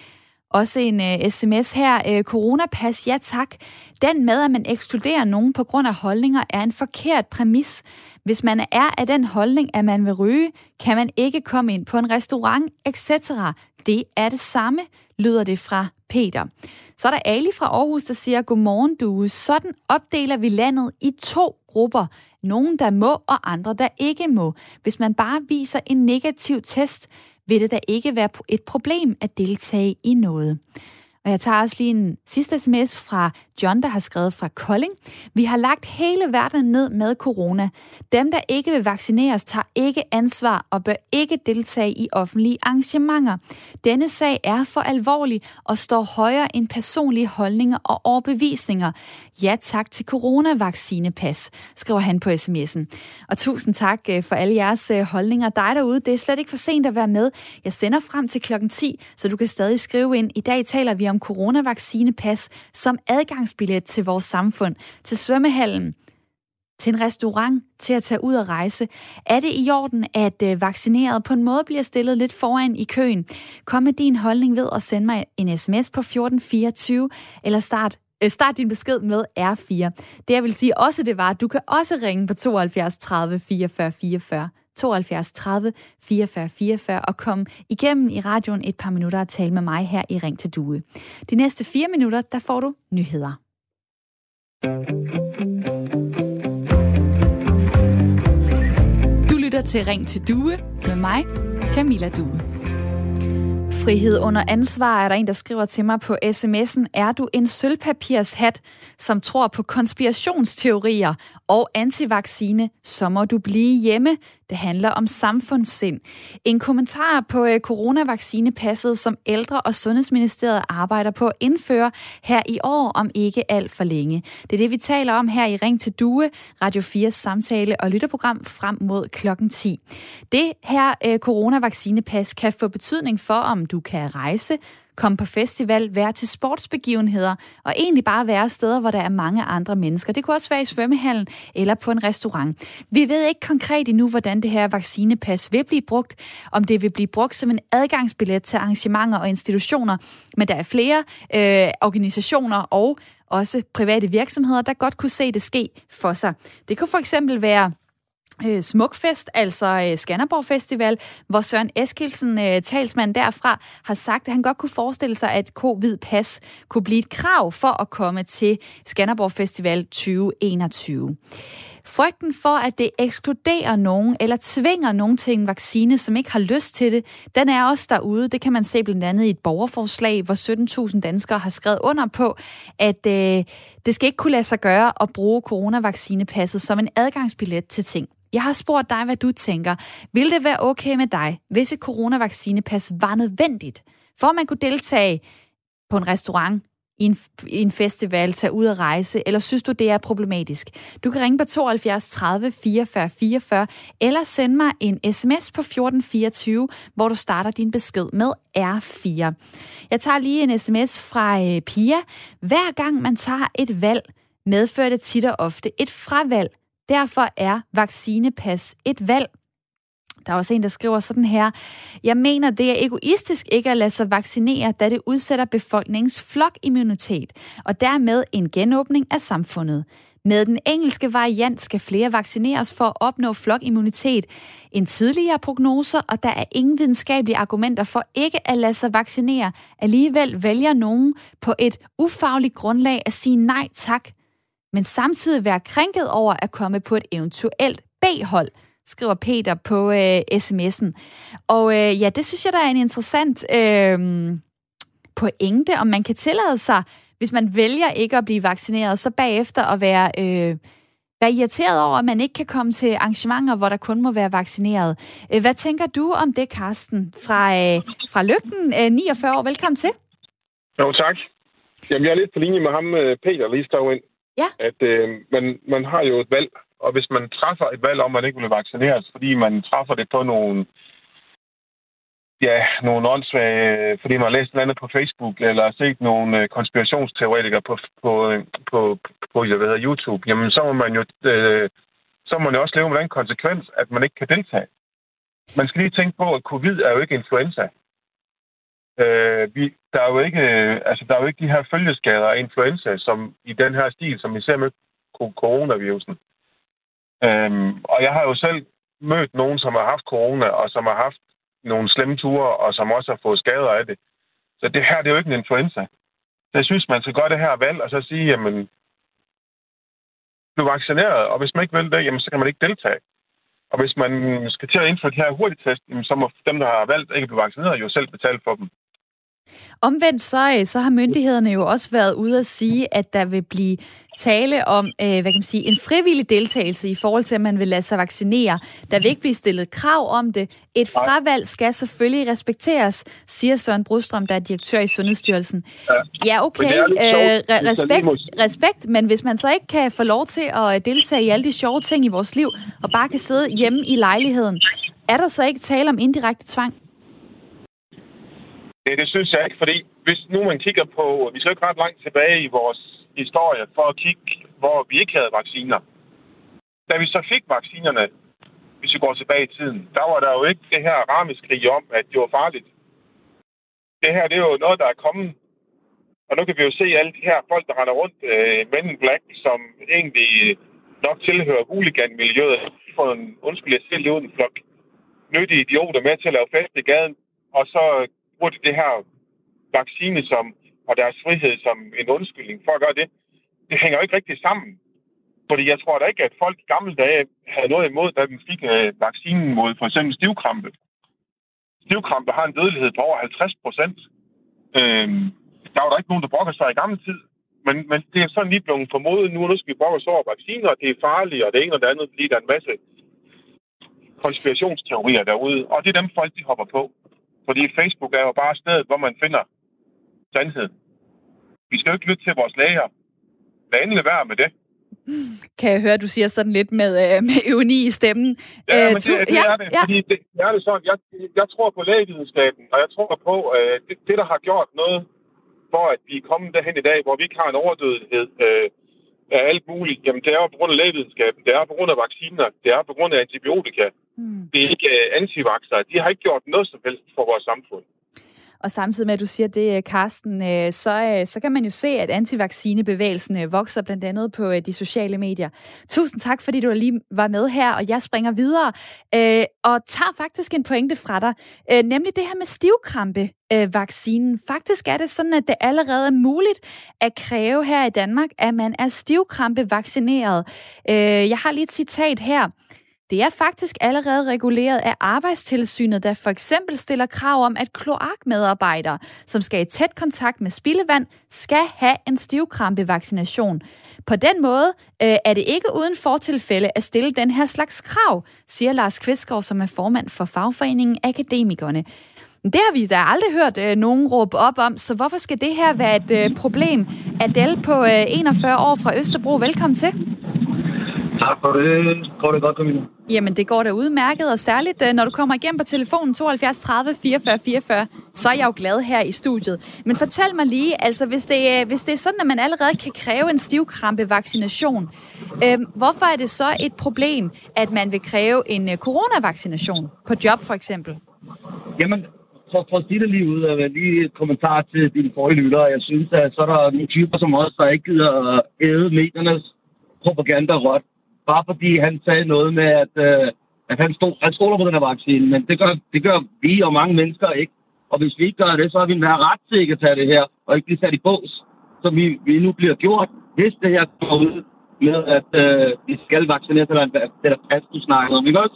Også en uh, sms her. Uh, coronapas, ja tak. Den med, at man ekskluderer nogen på grund af holdninger, er en forkert præmis. Hvis man er af den holdning, at man vil ryge, kan man ikke komme ind på en restaurant, et cetera. Det er det samme, lyder det fra Peter. Så er der Ali fra Aarhus, der siger, godmorgen Due. Sådan opdeler vi landet i to grupper. Nogen, der må, og andre, der ikke må. Hvis man bare viser en negativ test, vil det da ikke være et problem at deltage i noget. Og jeg tager også lige en sidste sms fra John, der har skrevet fra Kolding. Vi har lagt hele verden ned med corona. Dem, der ikke vil vaccineres, tager ikke ansvar og bør ikke deltage i offentlige arrangementer. Denne sag er for alvorlig og står højere end personlige holdninger og overbevisninger. Ja tak til coronavaccinepas, skriver han på sms'en. Og tusind tak for alle jeres holdninger. Dig derude, det er slet ikke for sent at være med. Jeg sender frem til klokken ti, så du kan stadig skrive ind. I dag taler vi om coronavaccinepas som adgangsbillet til vores samfund, til svømmehallen, til en restaurant, til at tage ud og rejse? Er det i orden, at øh, vaccineret på en måde bliver stillet lidt foran i køen? Kom med din holdning ved at sende mig en sms på fjorten fireogtyve, eller start, øh, start din besked med R fire. Det jeg vil sige også, det var, at du kan også ringe på tooghalvfjerds tredive fireogfyrre fireogfyrre. tooghalvfjerds tredive fireogfyrre fireogfyrre og kom igennem i radioen et par minutter og tale med mig her i Ring til Due. De næste fire minutter, der får du nyheder. Du lytter til Ring til Due med mig, Camilla Due. Frihed under ansvar er der en, der skriver til mig på sms'en. Er du en sølvpapirshat, som tror på konspirationsteorier og antivaccine, så må du blive hjemme. Det handler om samfundssind. En kommentar på coronavaccinepasset, som Ældre- og Sundhedsministeriet arbejder på at indføre her i år om ikke alt for længe. Det er det, vi taler om her i Ring til Due, Radio fires samtale- og lytterprogram frem mod klokken ti. Det her øh, coronavaccinepas kan få betydning for, om du kan rejse, komme på festival, være til sportsbegivenheder og egentlig bare være steder, hvor der er mange andre mennesker. Det kunne også være i svømmehallen eller på en restaurant. Vi ved ikke konkret endnu, hvordan det her vaccinepas vil blive brugt, om det vil blive brugt som en adgangsbillet til arrangementer og institutioner, men der er flere øh, organisationer og også private virksomheder, der godt kunne se det ske for sig. Det kunne for eksempel være Smukfest, altså Skanderborg Festival, hvor Søren Eskildsen, talsmand derfra, har sagt, at han godt kunne forestille sig, at covid pas kunne blive et krav for at komme til Skanderborg Festival tyve enogtyve. Frygten for, at det ekskluderer nogen eller tvinger nogen til en vaccine, som ikke har lyst til det, den er også derude. Det kan man se blandt andet i et borgerforslag, hvor sytten tusind danskere har skrevet under på, at øh, det skal ikke kunne lade sig gøre at bruge coronavaccinepasset som en adgangsbillet til ting. Jeg har spurgt dig, hvad du tænker. Vil det være okay med dig, hvis et coronavaccinepas var nødvendigt, for at man kunne deltage på en restaurant, i en, i en festival, tage ud og rejse, eller synes du, det er problematisk? Du kan ringe på tooghalvfjerds tredive fireogfyrre fireogfyrre, eller sende mig en sms på fjorten fireogtyve, hvor du starter din besked med R fire. Jeg tager lige en sms fra øh, Pia. Hver gang man tager et valg, medfører det tit og ofte et fravalg. Derfor er vaccinepas et valg. Der er også en, der skriver sådan her. Jeg mener, det er egoistisk ikke at lade sig vaccinere, da det udsætter befolkningens flokimmunitet, og dermed en genåbning af samfundet. Med den engelske variant skal flere vaccineres for at opnå flokimmunitet end tidligere prognoser, og der er ingen videnskabelige argumenter for ikke at lade sig vaccinere. Alligevel vælger nogen på et ufagligt grundlag at sige nej tak, men samtidig være krænket over at komme på et eventuelt B-hold, skriver Peter på øh, sms'en. Og øh, ja, det synes jeg, der er en interessant øh, pointe, om man kan tillade sig, hvis man vælger ikke at blive vaccineret, så bagefter at være, øh, være irriteret over, at man ikke kan komme til arrangementer, hvor der kun må være vaccineret. Øh, hvad tænker du om det, Carsten? Fra, øh, fra Lygten, øh, niogfyrre år. Velkommen til. Jo, tak. Jamen, jeg er lidt på linje med ham, Peter, lige stod ind. Ja. At øh, man, man har jo et valg, og hvis man træffer et valg om, at man ikke vil vaccineres, fordi man træffer det på nogle, ja, nogle åndssvage, fordi man har læst noget andet på Facebook, eller set nogle konspirationsteoretikere på, på, på, på jeg ved, YouTube, jamen så må man jo øh, så må man jo også leve med den konsekvens, at man ikke kan deltage. Man skal lige tænke på, at covid er jo ikke influenza. Øh, vi, der er jo ikke, altså der er jo ikke de her følgeskader af influenza, som i den her stil, som vi ser med coronavirusen. Øhm, og jeg har jo selv mødt nogen, som har haft corona, og som har haft nogle slemme ture, og som også har fået skader af det. Så det her, det er jo ikke en influenza. Så jeg synes, man skal gøre det her valg, og så sige, jamen, du er vaccineret, og hvis man ikke vil det, jamen, så kan man ikke deltage. Og hvis man skal til at indføre de her hurtigtest, så må dem, der har valgt ikke at blive vaccineret, jo selv betale for dem. Omvendt så, så har myndighederne jo også været ude at sige, at der vil blive tale om øh, hvad kan man sige, en frivillig deltagelse i forhold til, at man vil lade sig vaccinere. Der vil ikke blive stillet krav om det. Et fravalg skal selvfølgelig respekteres, siger Søren Brostrøm, der er direktør i Sundhedsstyrelsen. Ja, okay, øh, respekt, respekt, men hvis man så ikke kan få lov til at deltage i alle de sjove ting i vores liv, og bare kan sidde hjemme i lejligheden, er der så ikke tale om indirekte tvang? Det, det synes jeg ikke, fordi hvis nu man kigger på, vi skal ikke ret langt tilbage i vores historie for at kigge, hvor vi ikke havde vacciner. Da vi så fik vaccinerne, hvis vi går tilbage i tiden, der var der jo ikke det her ramaskrig om, at det var farligt. Det her, det er jo noget, der er kommet. Og nu kan vi jo se alle de her folk, der render rundt, øh, Men in Black, som egentlig nok tilhører hooligan-miljøet, for en, undskyld, jeg ser lige ud en flok nyttige idioter med til at lave fest i gaden, og så bruger de det her vaccine som, og deres frihed som en undskyldning for at gøre det. Det hænger jo ikke rigtig sammen. Fordi jeg tror da ikke, at folk i gamle dage havde noget imod, da de fik øh, vaccinen mod for eksempel stivkrampe. Stivkrampe har en dødelighed på over halvtreds procent. Øhm, der var der ikke nogen, der brokker sig i gamle tid. Men, men det er sådan lige blevet formodet nu, og nu skal vi brokke os over vacciner, og det er farligt, og det ene og det andet, fordi der er en masse konspirationsteorier derude. Og det er dem folk, de hopper på. Fordi Facebook er jo bare stedet, hvor man finder sandheden. Vi skal jo ikke lytte til vores læger. Lad endelig være med det. Kan jeg høre, du siger sådan lidt med, øh, med ironi i stemmen. Ja, men det, det ja, er det. Ja. Fordi det, det er det sådan. Jeg, jeg tror på lægevidenskaben, og jeg tror på, øh, det, det, der har gjort noget for, at vi er kommet derhen i dag, hvor vi ikke har en overdødelighed øh, af alt muligt. Jamen, det er jo på grund af lægevidenskaben, det er på grund af vacciner, det er på grund af antibiotika. Mm. Det er ikke øh, antivaxere. De har ikke gjort noget som helst for vores samfund. Og samtidig med, at du siger det, Carsten, så, så kan man jo se, at antivaccinebevægelsen vokser blandt andet på de sociale medier. Tusind tak, fordi du lige var med her, og jeg springer videre og tager faktisk en pointe fra dig, nemlig det her med stivkrampevaccinen. Faktisk er det sådan, at det allerede er muligt at kræve her i Danmark, at man er stivkrampevaccineret. Jeg har lige et citat her. Det er faktisk allerede reguleret af Arbejdstilsynet, der for eksempel stiller krav om, at kloakmedarbejdere, som skal i tæt kontakt med spildevand, skal have en stivkrampevaccination. På den måde øh, er det ikke uden fortilfælde at stille den her slags krav, siger Lars Kvistgaard, som er formand for fagforeningen Akademikerne. Det har vi da aldrig hørt øh, nogen råbe op om, så hvorfor skal det her være et øh, problem? Adele på øh, enogfyrre år fra Østerbro, velkommen til. Tak for det. Går det godt, Camilla? Jamen, det går da udmærket, og særligt, når du kommer igennem på telefonen tooghalvfjerds tredive fireogfyrre fireogfyrre, så er jeg jo glad her i studiet. Men fortæl mig lige, altså hvis det, hvis det er sådan, at man allerede kan kræve en stivkrampevaccination, øh, hvorfor er det så et problem, at man vil kræve en uh, coronavaccination på job for eksempel? Jamen, for, for at sige det lige ud, og lige et kommentar til dine forrige lyttere. Jeg synes, at så er der nogle typer som os, der ikke gider at æde mediernes propaganda råt. Bare fordi han sagde noget med, at, øh, at han, stod, han stoler på den her vaccine. Men det gør, det gør vi og mange mennesker ikke. Og hvis vi ikke gør det, så har vi en være ret til ikke at tage det her, og ikke blive sat i bås, som vi, vi nu bliver gjort, hvis det her går ud med, at øh, vi skal vaccinere til det der pas, du snakker om. Ikke også?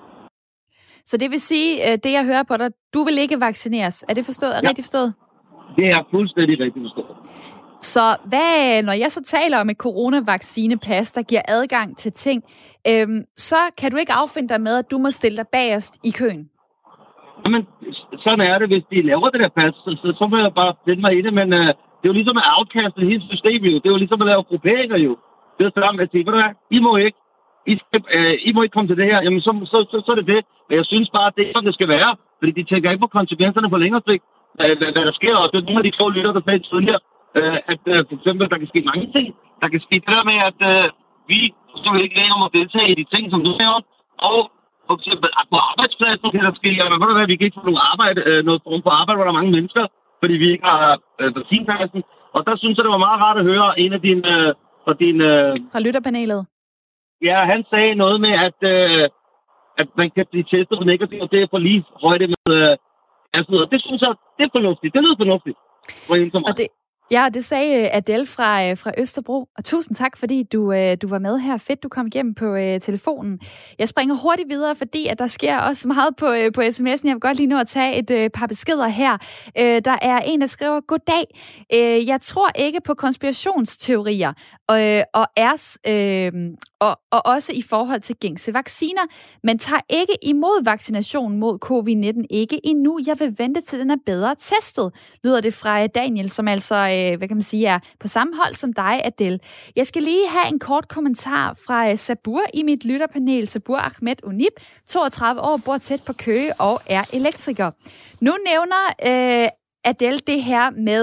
Så det vil sige, det jeg hører på dig, du vil ikke vaccineres. Er det forstået? Er ja. Rigtigt forstået? Det er fuldstændig rigtigt forstået. Så hvad, når jeg så taler om et coronavaccinepas, der giver adgang til ting, øhm, så kan du ikke affinde dig med, at du må stille dig bagerst i køen? Jamen, sådan er det. Hvis de laver det der pas, så, så, så må jeg bare finde mig i det, men øh, det er jo ligesom at outcaste hele systemet jo. Det er jo ligesom at lave grupperinger jo. Det er sammen at sige, ved du hvad, I må ikke, I, skal, øh, I må ikke komme til det her. Jamen, så, så, så, så er det det. Men jeg synes bare, at det er sådan, det skal være. Fordi de tænker ikke på konsekvenserne på længere sigt. Hvad, hvad der sker, og det er nogle af de to lytter, der sagde tidligere, at uh, for eksempel, der kan ske mange ting. Der kan ske det der med, at uh, vi står ikke længere om at deltage i de ting, som du nævner. Og for eksempel, at på arbejdspladsen kan der ske, at hvad, vi kan ikke få noget arbejde, uh, noget form for arbejde, hvor der er mange mennesker, fordi vi ikke har uh, vaccinpassen. Og der synes jeg, det var meget rart at høre en af dine... Uh, fra, din, uh, fra lytterpanelet. Ja, han sagde noget med, at, uh, at man kan blive testet på negativt, og det er for lige højde med... Uh, altså, det synes jeg, det er fornuftigt. Det lyder fornuftigt. Og det... Ja, det sagde Adele fra, fra Østerbro, og tusind tak, fordi du, du var med her. Fedt, du kom igennem på uh, telefonen. Jeg springer hurtigt videre, fordi at der sker også meget på, uh, på sms'en. Jeg vil godt lige nå at tage et uh, par beskeder her. Uh, der er en, der skriver, goddag. Uh, jeg tror ikke på konspirationsteorier, uh, og, er, uh, og, og også i forhold til gængse vacciner, men tager ikke imod vaccination mod covid nitten. Ikke endnu. Jeg vil vente til den er bedre testet, lyder det fra Daniel, som altså hvad kan man sige, er på samme hold som dig, Adele. Jeg skal lige have en kort kommentar fra Sabur i mit lytterpanel. Sabur Ahmed Unib, toogtredive år, bor tæt på Køge og er elektriker. Nu nævner øh, Adele det her med,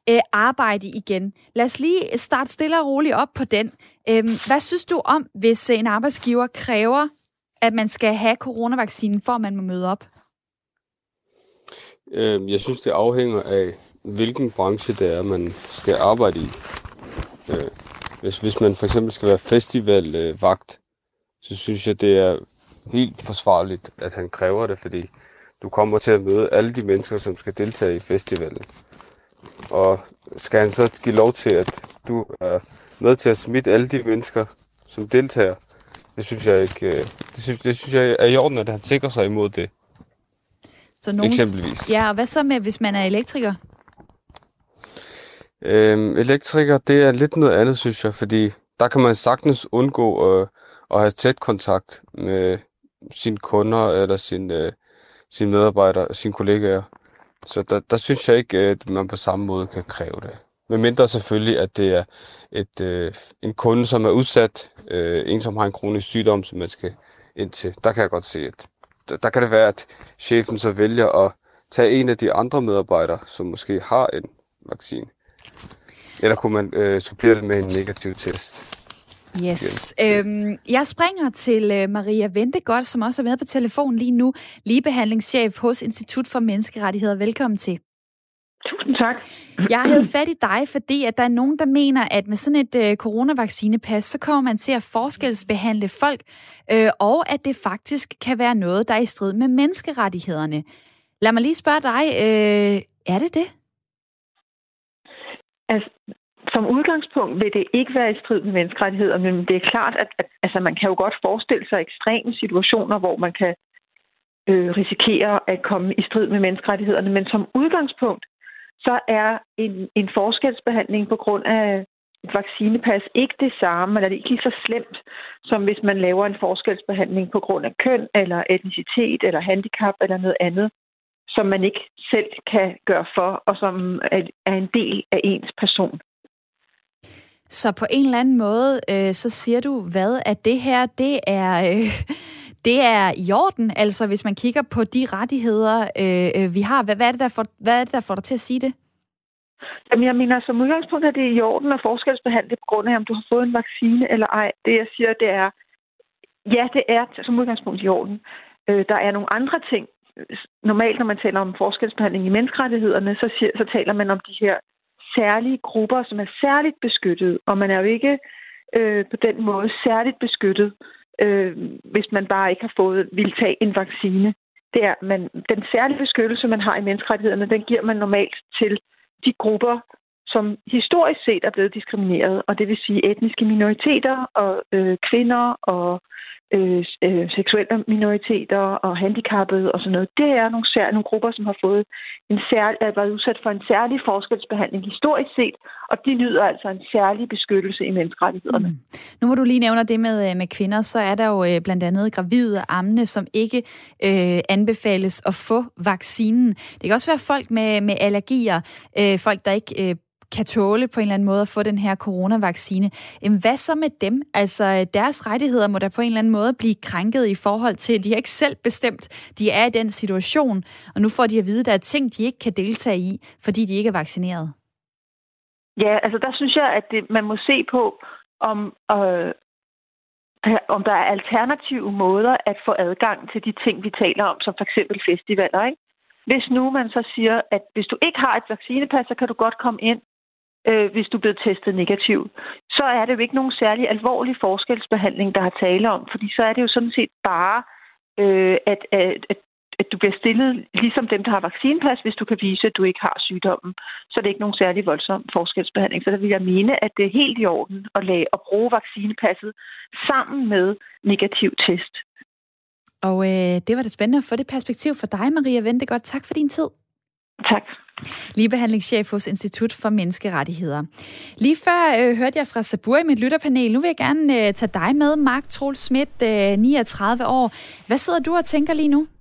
øh, arbejde igen. Lad os lige starte stille og roligt op på den. Øhm, hvad synes du om, hvis en arbejdsgiver kræver, at man skal have coronavaccinen, for at man må møde op? Øh, jeg synes, det afhænger af, hvilken branche det er, man skal arbejde i. Øh, hvis, hvis man for eksempel skal være festivalvagt, øh, så synes jeg, det er helt forsvarligt, at han kræver det, fordi du kommer til at møde alle de mennesker, som skal deltage i festivalen. Og skal han så give lov til, at du er med til at smitte alle de mennesker, som deltager? Det synes jeg ikke. Det synes, det synes jeg er i orden, at han sikrer sig imod det. Så nogen... Eksempelvis. Ja, og hvad så med, hvis man er elektriker? Øhm, elektriker, det er lidt noget andet, synes jeg, fordi der kan man sagtens undgå øh, at have tæt kontakt med sine kunder eller sine, øh, sine medarbejdere, sine kollegaer. Så der, der synes jeg ikke, at man på samme måde kan kræve det. Men mindre selvfølgelig, at det er et, øh, en kunde, som er udsat, øh, en som har en kronisk sygdom, som man skal ind til. Der kan jeg godt se, at der, der kan det være, at chefen så vælger at tage en af de andre medarbejdere, som måske har en vaccine. Eller kunne man øh, supplere det med en negativ test? Yes. Øhm, jeg springer til øh, Maria Ventegodt, som også er med på telefon lige nu. Ligebehandlingschef hos Institut for Menneskerettigheder. Velkommen til. Tusind tak. Jeg har hævet fat i dig, fordi at der er nogen, der mener, at med sådan et øh, coronavaccinepas, så kommer man til at forskelsbehandle folk, øh, og at det faktisk kan være noget, der er i strid med menneskerettighederne. Lad mig lige spørge dig, øh, er det det? Altså, som udgangspunkt vil det ikke være i strid med menneskerettigheder, men det er klart, at, at altså, man kan jo godt forestille sig ekstreme situationer, hvor man kan øh, risikere at komme i strid med menneskerettighederne, men som udgangspunkt, så er en, en forskelsbehandling på grund af et vaccinepas ikke det samme, eller det er ikke lige så slemt, som hvis man laver en forskelsbehandling på grund af køn, eller etnicitet, eller handicap, eller noget andet, som man ikke selv kan gøre for, og som er en del af ens person. Så på en eller anden måde, øh, så siger du, hvad at det her, det er, øh, det er i orden. Altså, hvis man kigger på de rettigheder, øh, vi har. Hvad, hvad, er det, der får, hvad er det, der får dig til at sige det? Jamen, jeg mener, som udgangspunkt er det i orden at forskelsbehandle på grund af, om du har fået en vaccine eller ej. Det, jeg siger, det er, ja, det er som udgangspunkt i orden. Øh, der er nogle andre ting. Normalt, når man taler om forskelsbehandling i menneskerettighederne, så, siger, så taler man om de her særlige grupper, som er særligt beskyttet, og man er jo ikke øh, på den måde særligt beskyttet, øh, hvis man bare ikke har fået, vil tage en vaccine. Det er, man, den særlige beskyttelse, man har i menneskerettighederne, den giver man normalt til de grupper, som historisk set er blevet diskrimineret, og det vil sige etniske minoriteter og øh, kvinder og øh, øh, seksuelle minoriteter og handicappede og sådan noget. Det er nogle, sær- nogle grupper, som har fået en særlig, er været udsat for en særlig forskelsbehandling historisk set, og de nyder altså en særlig beskyttelse i menneskerettighederne. Mm. Nu hvor du lige nævner det med, med kvinder, så er der jo øh, blandt andet gravide og ammende, som ikke øh, anbefales at få vaccinen. Det kan også være folk med, med allergier, øh, folk der ikke øh, kan tåle på en eller anden måde at få den her coronavaccine. Hvad så med dem? Altså, deres rettigheder må der på en eller anden måde blive krænket i forhold til, de har ikke selv bestemt, de er i den situation, og nu får de at vide, at der er ting, de ikke kan deltage i, fordi de ikke er vaccineret. Ja, altså der synes jeg, at det, man må se på, om, øh, om der er alternative måder at få adgang til de ting, vi taler om, som for eksempel festivaler, ikke? Hvis nu man så siger, at hvis du ikke har et vaccinepas, så kan du godt komme ind, øh, hvis du er blevet testet negativ, så er det jo ikke nogen særlig alvorlig forskelsbehandling, der har tale om, fordi så er det jo sådan set bare, øh, at, at, at, at du bliver stillet ligesom dem, der har vaccinepas, hvis du kan vise, at du ikke har sygdommen. Så er det ikke nogen særlig voldsom forskelsbehandling. Så der vil jeg mene, at det er helt i orden at, lade, at bruge vaccinepasset sammen med negativ test. Og øh, det var det spændende at få det perspektiv for dig, Maria Ventegodt. Tak for din tid. Tak. Ligebehandlingschef hos Institut for Menneskerettigheder. Lige før øh, hørte jeg fra Sabur i mit lytterpanel. Nu vil jeg gerne øh, tage dig med, Mark Troels Schmidt, øh, niogtredive år. Hvad sidder du og tænker lige nu?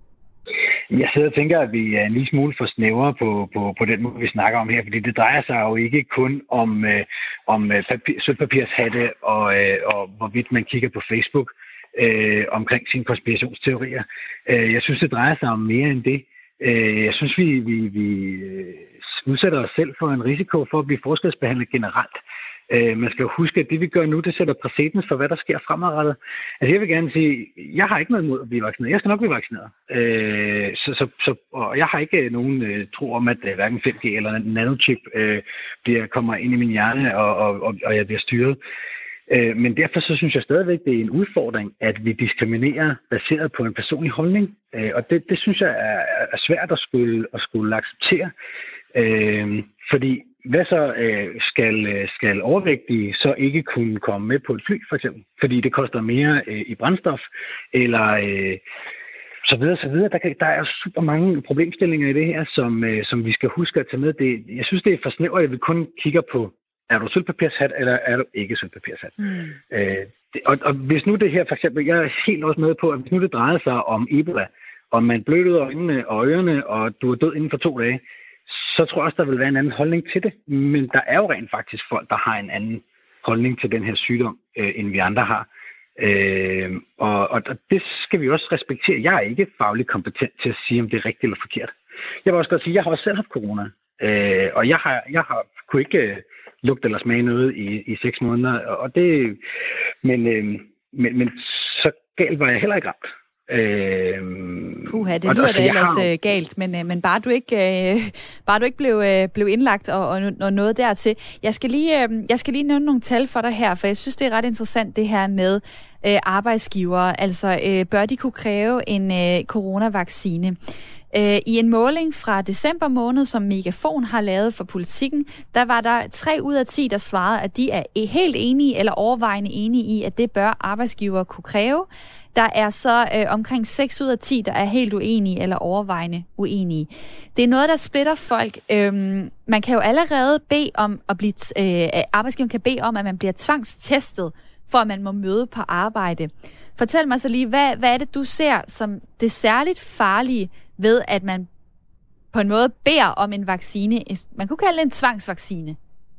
Jeg sidder og tænker, at vi er en lille smule for snævre på, på, på den måde, vi snakker om her, fordi det drejer sig jo ikke kun om, øh, om papir, sølvpapirshatte og, øh, og hvorvidt man kigger på Facebook øh, omkring sine konspirationsteorier. Øh, jeg synes, det drejer sig om mere end det. Jeg synes, vi, vi, vi udsætter os selv for en risiko for at blive forskelsbehandlet generelt. Øh, man skal jo huske, at det vi gør nu, det sætter præcedens for, hvad der sker fremadrettet. Altså jeg vil gerne sige, jeg har ikke noget imod at blive vaccineret. Jeg skal nok blive vaccineret. Øh, så, så, så, og jeg har ikke nogen øh, tro om, at øh, hverken fem G eller nanochip øh, bliver, kommer ind i min hjerne, og, og, og, og jeg bliver styret. Øh, men derfor så synes jeg stadigvæk, det er en udfordring, at vi diskriminerer baseret på en personlig holdning. Øh, og det, det synes jeg er, er svært at skulle, at skulle acceptere. Øh, fordi hvad så øh, skal, skal overvægtige så ikke kunne komme med på et fly, for eksempel? Fordi det koster mere øh, i brændstof, eller øh, så videre, så videre. Der, kan, der er super mange problemstillinger i det her, som, øh, som vi skal huske at tage med. Det, jeg synes, det er for snævert, at vi kun kigger på, er du sølvpapirshat, eller er du ikke sølvpapirshat? Mm. Øh, det, og, og hvis nu det her, for eksempel, jeg er helt også med på, at hvis nu det drejer sig om Ebola, og man blødede øjnene og ørerne, og du er død inden for to dage, så tror jeg også, der vil være en anden holdning til det. Men der er jo rent faktisk folk, der har en anden holdning til den her sygdom, øh, end vi andre har. Øh, og, og det skal vi også respektere. Jeg er ikke fagligt kompetent til at sige, om det er rigtigt eller forkert. Jeg vil også godt sige, at jeg har også selv haft corona. Øh, og jeg har, jeg har kunne ikke øh, lugte eller smage noget i, i seks måneder. Og det, men, øh, men, men så galt var jeg heller ikke ramt. Øh, Puha, det lyder da ellers har... galt, men, men bare du ikke, øh, bare du ikke blev, øh, blev indlagt og, og, og noget dertil. Jeg skal, lige, øh, jeg skal lige nævne nogle tal for dig her, for jeg synes, det er ret interessant det her med øh, arbejdsgivere. Altså, øh, bør de kunne kræve en øh, coronavaccine? Øh, I en måling fra december måned, som Megafon har lavet for Politikken, der var der tre ud af ti, der svarede, at de er helt enige eller overvejende enige i, at det bør arbejdsgivere kunne kræve. Der er så øh, omkring seks ud af ti, der er helt uenige eller overvejende uenige. Det er noget, der splitter folk. Øhm, man kan jo allerede bede om at blive, øh, arbejdsgiveren kan bede om, at man bliver tvangstestet, for at man må møde på arbejde. Fortæl mig så lige, hvad, hvad er det, du ser som det særligt farlige ved, at man på en måde beder om en vaccine? Man kunne kalde det en tvangsvaccine.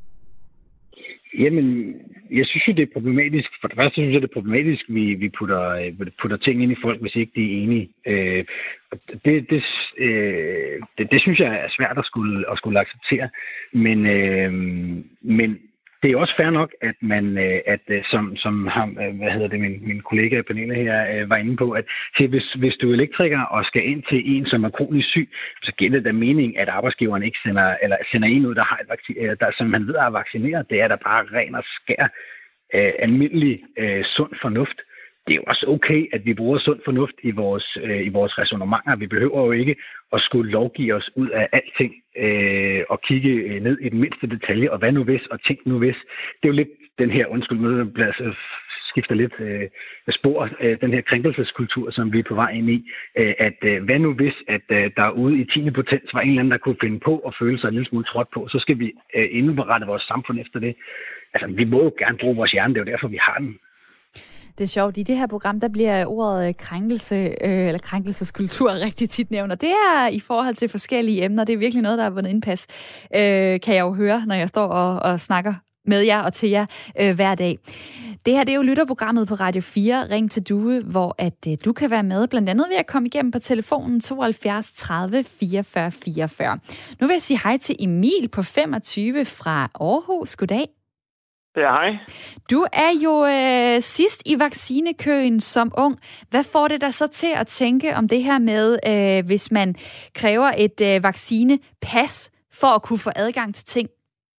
Jamen, jeg synes jo, det er problematisk. For det første synes jeg, det er problematisk, at vi, vi putter, putter ting ind i folk, hvis ikke de er enige. Øh, det, det, øh, det, det synes jeg er svært at skulle, at skulle acceptere. Men, øh, men det er også fair nok, at man, at som, som ham, hvad hedder det, min, min kollega i panelet her var inde på, at hvis, hvis du er elektriker og skal ind til en, som er kronisk syg, så giver det da mening, at arbejdsgiveren ikke sender, eller sender en ud, der har et vaccine, der, som man ved er vaccineret. Det er da bare ren og skær uh, almindelig uh, sund fornuft. Det er jo også okay, at vi bruger sund fornuft i vores, øh, i vores ræsonnementer. Vi behøver jo ikke at skulle lovgive os ud af alting øh, og kigge øh, ned i den mindste detalje, og hvad nu hvis, og tænk nu hvis. Det er jo lidt den her, undskyld, nu bliver altså, skifter lidt øh, spor, øh, den her krænkelseskultur, som vi er på vej ind i, øh, at øh, hvad nu hvis, at øh, der ude i tiende potens var en eller anden, der kunne finde på og føle sig en lille smule trådt på, så skal vi øh, indberette vores samfund efter det. Altså, vi må jo gerne bruge vores hjerne, det er jo derfor, vi har den. Det er sjovt. I det her program, der bliver ordet krænkelse, øh, eller krænkelseskultur rigtig tit nævnt, og det er i forhold til forskellige emner. Det er virkelig noget, der er vundet indpas, øh, kan jeg jo høre, når jeg står og, og snakker med jer og til jer øh, hver dag. Det her, det er jo lytterprogrammet på Radio fire, Ring til Due, hvor at øh, du kan være med, blandt andet ved at komme igennem på telefonen tooghalvfjerds tredive fireogfyrre fireogfyrre. Nu vil jeg sige hej til Emil på femogtyve fra Aarhus. Goddag. Ja, hej. Du er jo øh, sidst i vaccinekøen som ung. Hvad får det dig så til at tænke om det her med, øh, hvis man kræver et øh, vaccinepas for at kunne få adgang til ting?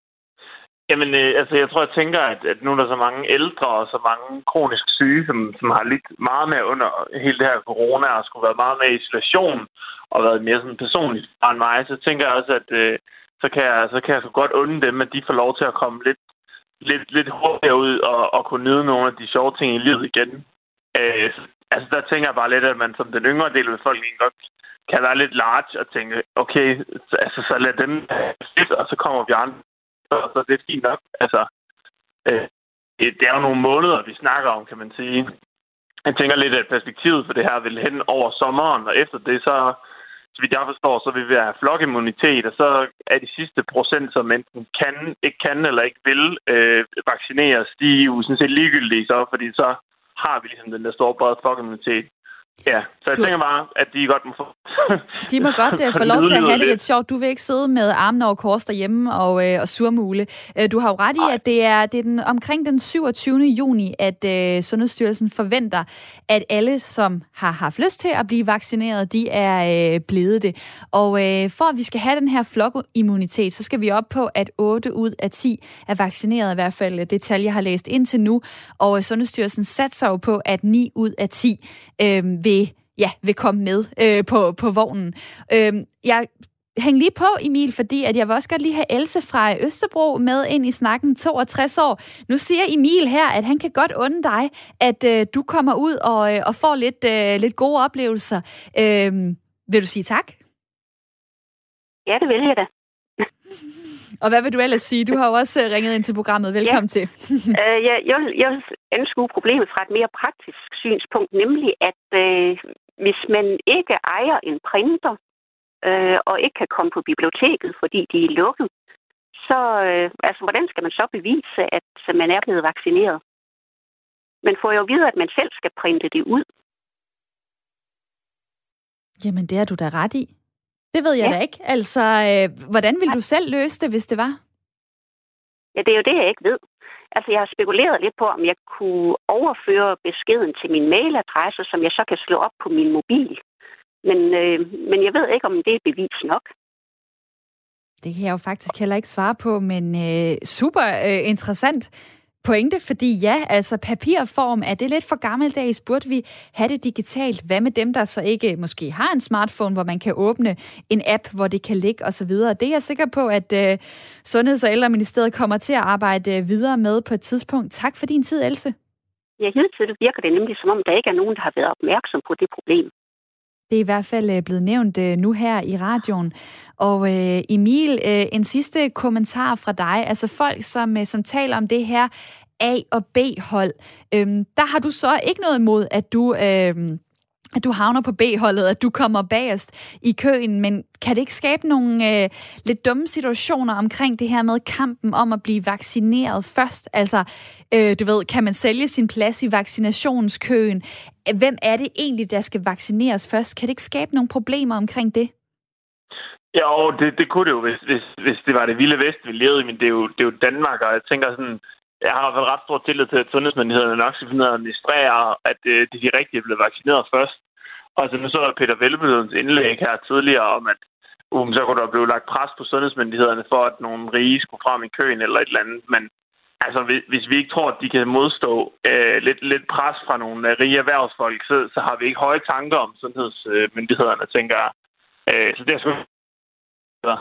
Jamen, øh, altså, jeg tror, jeg tænker, at, at nu er der så mange ældre og så mange kronisk syge, som, som har lidt meget med under hele det her corona, og skulle være meget med i isolation, og været mere sådan personligt end mig. Så tænker jeg også, at øh, så, kan jeg, så kan jeg så godt unde dem, at de får lov til at komme lidt lidt, lidt hurtigere ud og, og kunne nyde nogle af de sjove ting i livet igen. Øh, altså, der tænker jeg bare lidt, at man som den yngre del af befolkningen godt kan være lidt large og tænke, okay, altså, så lad dem fedt, og så kommer vi andre, og så det er fint nok. Altså, øh, det er jo nogle måneder, vi snakker om, kan man sige. Jeg tænker lidt, at perspektivet for det her vil hen over sommeren, og efter det, så så vidt jeg forstår, så vil vi have flokimmunitet, og så er de sidste procent, som enten kan, ikke kan eller ikke vil øh, vaccineres, de er jo sådan set ligegyldige, så, fordi så har vi ligesom den der store brede flokimmunitet. Ja, så jeg du... tænker bare, at de godt må få De må godt uh, få lov til at have det lidt sjovt. Du vil ikke sidde med armene over kors derhjemme og, uh, og surmule. Uh, du har jo ret i, Ej. at det er, det er den, omkring den syvogtyvende juni, at uh, Sundhedsstyrelsen forventer, at alle, som har haft lyst til at blive vaccineret, de er uh, blevet det. Og uh, for at vi skal have den her flokimmunitet, så skal vi op på, at otte ud af ti er vaccineret, i hvert fald det tal, jeg har læst indtil nu. Og uh, Sundhedsstyrelsen satser jo på, at ni ud af ti uh, vil ja, vil komme med øh, på, på vognen. Øh, jeg hænger lige på, Emil, fordi at jeg vil også godt lige have Else fra Østerbro med ind i snakken, toogtres år. Nu siger Emil her, at han kan godt unde dig, at øh, du kommer ud og, øh, og får lidt, øh, lidt gode oplevelser. Øh, vil du sige tak? Ja, det vil jeg da. Og hvad vil du ellers sige? Du har jo også ringet ind til programmet. Velkommen ja. til. øh, jeg, jeg, jeg vil anskue problemet fra et mere praktisk synspunkt, nemlig at øh, hvis man ikke ejer en printer, øh, og ikke kan komme på biblioteket, fordi de er lukket, så øh, altså, hvordan skal man så bevise, at man er blevet vaccineret? Man får jo at vide, at man selv skal printe det ud. Jamen, det er du da ret i. Det ved jeg ja. da ikke. Altså, øh, hvordan ville du selv løse det, hvis det var? Ja, det er jo det, jeg ikke ved. Altså, jeg har spekuleret lidt på, om jeg kunne overføre beskeden til min mailadresse, som jeg så kan slå op på min mobil. Men, øh, men jeg ved ikke, om det er bevis nok. Det kan jeg jo faktisk heller ikke svare på, men øh, super øh, interessant pointe, fordi ja, altså papirform, er det lidt for gammeldags? Burde vi have det digitalt? Hvad med dem, der så ikke måske har en smartphone, hvor man kan åbne en app, hvor det kan ligge osv.? Det er jeg sikker på, at uh, Sundheds- og Ældreministeriet kommer til at arbejde videre med på et tidspunkt. Tak for din tid, Else. Ja, hidtil virker det nemlig, som om der ikke er nogen, der har været opmærksom på det problem. Det er i hvert fald blevet nævnt nu her i radioen. Og øh, Emil, øh, en sidste kommentar fra dig. Altså folk, som, som taler om det her A- og B-hold. Øhm, der har du så ikke noget imod, at du, øh, at du havner på B-holdet, at du kommer bagerst i køen. Men kan det ikke skabe nogle øh, lidt dumme situationer omkring det her med kampen om at blive vaccineret først? Altså, øh, du ved, kan man sælge sin plads i vaccinationskøen? Hvem er det egentlig, der skal vaccineres først? Kan det ikke skabe nogle problemer omkring det? Jo, det, det kunne det jo, hvis, hvis, hvis det var det vilde vest, vi levede i, men det er, jo, det er jo Danmark, og jeg tænker sådan, jeg har i hvert fald ret stor tillid til, at sundhedsmyndighederne nok skal finde ud af at administrere, at øh, de, de rigtige blev vaccineret først. Og så nu så Peter Velblødens indlæg her tidligere om, at um, så kunne der blive lagt pres på sundhedsmyndighederne for, at nogle rige skulle frem i køen eller et eller andet, men altså, hvis vi ikke tror, at de kan modstå øh, lidt, lidt pres fra nogle øh, rige erhvervsfolk, så, så har vi ikke høje tanker om sundhedsmyndighederne, tænker jeg. Øh, så det er sgu... Ja.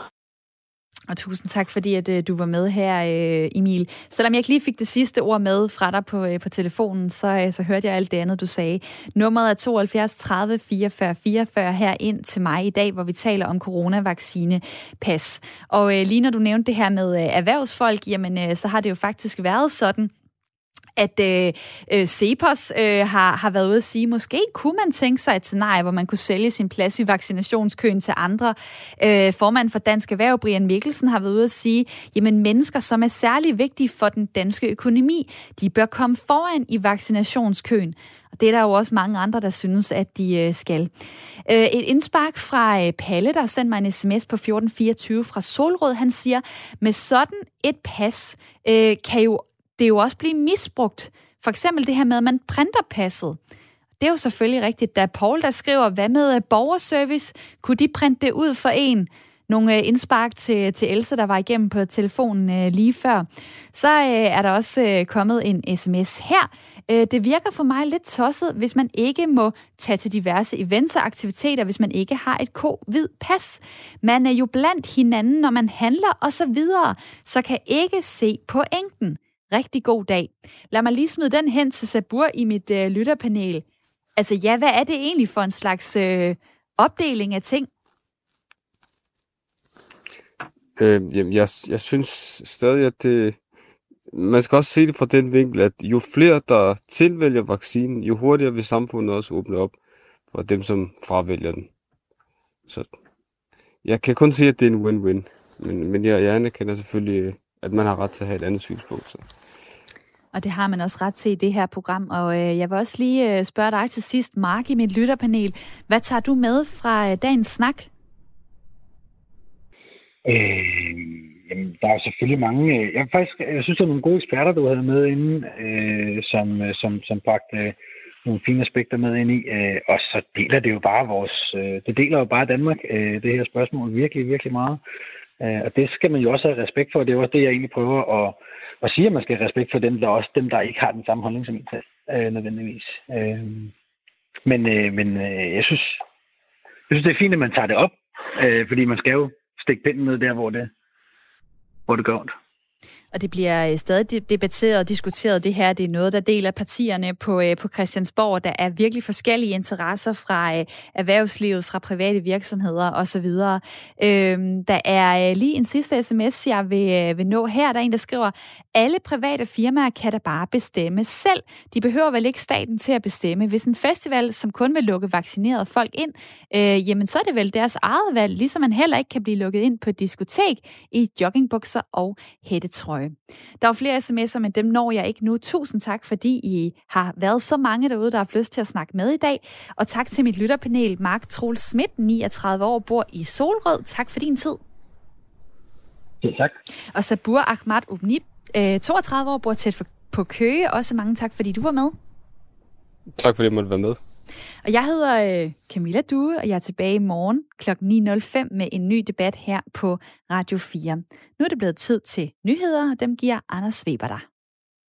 Og tusind tak, fordi at, øh, du var med her, øh, Emil. Selvom jeg ikke lige fik det sidste ord med fra dig på, øh, på telefonen, så, øh, så hørte jeg alt det andet, du sagde. Nummeret er tooghalvfjerds tredive fireogfyrre fireogfyrre her ind til mig i dag, hvor vi taler om coronavaccinepas. Og øh, lige når du nævnte det her med øh, erhvervsfolk, jamen øh, så har det jo faktisk været sådan, at øh, Cepos øh, har, har været ude at sige, måske kunne man tænke sig et scenarie, hvor man kunne sælge sin plads i vaccinationskøen til andre. Øh, formanden for Dansk Erhverv, Brian Mikkelsen, har været ude at sige, jamen mennesker, som er særlig vigtige for den danske økonomi, de bør komme foran i vaccinationskøen. Og det er der jo også mange andre, der synes, at de øh, skal. Øh, et indspark fra øh, Palle, der har sendt mig en sms på fjorten fireogtyve fra Solrød. Han siger, med sådan et pas øh, kan jo det er jo også blive misbrugt. For eksempel det her med, at man printer passet. Det er jo selvfølgelig rigtigt. Der er Paul, der skriver, hvad med borgerservice? Kunne de printe det ud for en? Nogle indspark til, til Else, der var igennem på telefonen øh, lige før. Så øh, er der også øh, kommet en sms her. Øh, det virker for mig lidt tosset, hvis man ikke må tage til diverse events og aktiviteter, hvis man ikke har et covid-pas. Man er jo blandt hinanden, når man handler og så videre, så kan ikke se pointen. Rigtig god dag. Lad mig lige smide den hen til Sabur i mit øh, lytterpanel. Altså ja, hvad er det egentlig for en slags øh, opdeling af ting? Øh, jamen, jeg, jeg synes stadig, at det, man skal også se det fra den vinkel, at jo flere, der tilvælger vaccinen, jo hurtigere vil samfundet også åbne op for dem, som fravælger den. Så jeg kan kun sige, at det er en win-win. Men, men jeg, jeg anerkender selvfølgelig, at man har ret til at have et andet synspunkt. Så. Og det har man også ret til i det her program. Og øh, jeg vil også lige øh, spørge dig til sidst, Mark, i mit lytterpanel. Hvad tager du med fra øh, dagens snak? Øh, jamen, der er jo selvfølgelig mange... Øh, jeg, faktisk, jeg synes, der er nogle gode eksperter, du havde med inde, øh, som, som, som bragte øh, nogle fine aspekter med ind i. Øh, og så deler det jo bare vores... Øh, det deler jo bare Danmark, øh, det her spørgsmål, virkelig, virkelig meget. Øh, og det skal man jo også have respekt for. Det er også det, jeg egentlig prøver at, at sige, at man skal have respekt for dem, der også dem, der ikke har den samme holdning som en selv, øh, nødvendigvis. Øh, men øh, men øh, jeg synes, jeg synes, det er fint, at man tager det op, øh, fordi man skal jo stikke pinden ned der, hvor det, hvor det gør ondt. Og det bliver stadig debatteret og diskuteret det her. Det er noget, der deler partierne på, på Christiansborg. Der er virkelig forskellige interesser fra erhvervslivet, fra private virksomheder osv. Øhm, der er lige en sidste sms, jeg vil, vil nå her. Der er en, der skriver, alle private firmaer kan da bare bestemme selv. De behøver vel ikke staten til at bestemme. Hvis en festival, som kun vil lukke vaccinerede folk ind, øh, jamen så er det vel deres eget valg, ligesom man heller ikke kan blive lukket ind på et diskotek i joggingbukser og hættetrøje. Der er flere sms'er, men dem når jeg ikke nu. Tusind tak, fordi I har været så mange derude, der har haft lyst til at snakke med i dag. Og tak til mit lytterpanel, Mark Troels Schmidt, niogtredive år, bor i Solrød. Tak for din tid. Ja, tak. Og Sabur Ahmad Ubnib, toogtredive år, bor tæt på Køge. Også mange tak, fordi du var med. Tak fordi jeg måtte være med. Og jeg hedder øh, Camilla Due, og jeg er tilbage i morgen klokken ni nul fem med en ny debat her på Radio fire. Nu er det blevet tid til nyheder, og dem giver Anders Weber dig.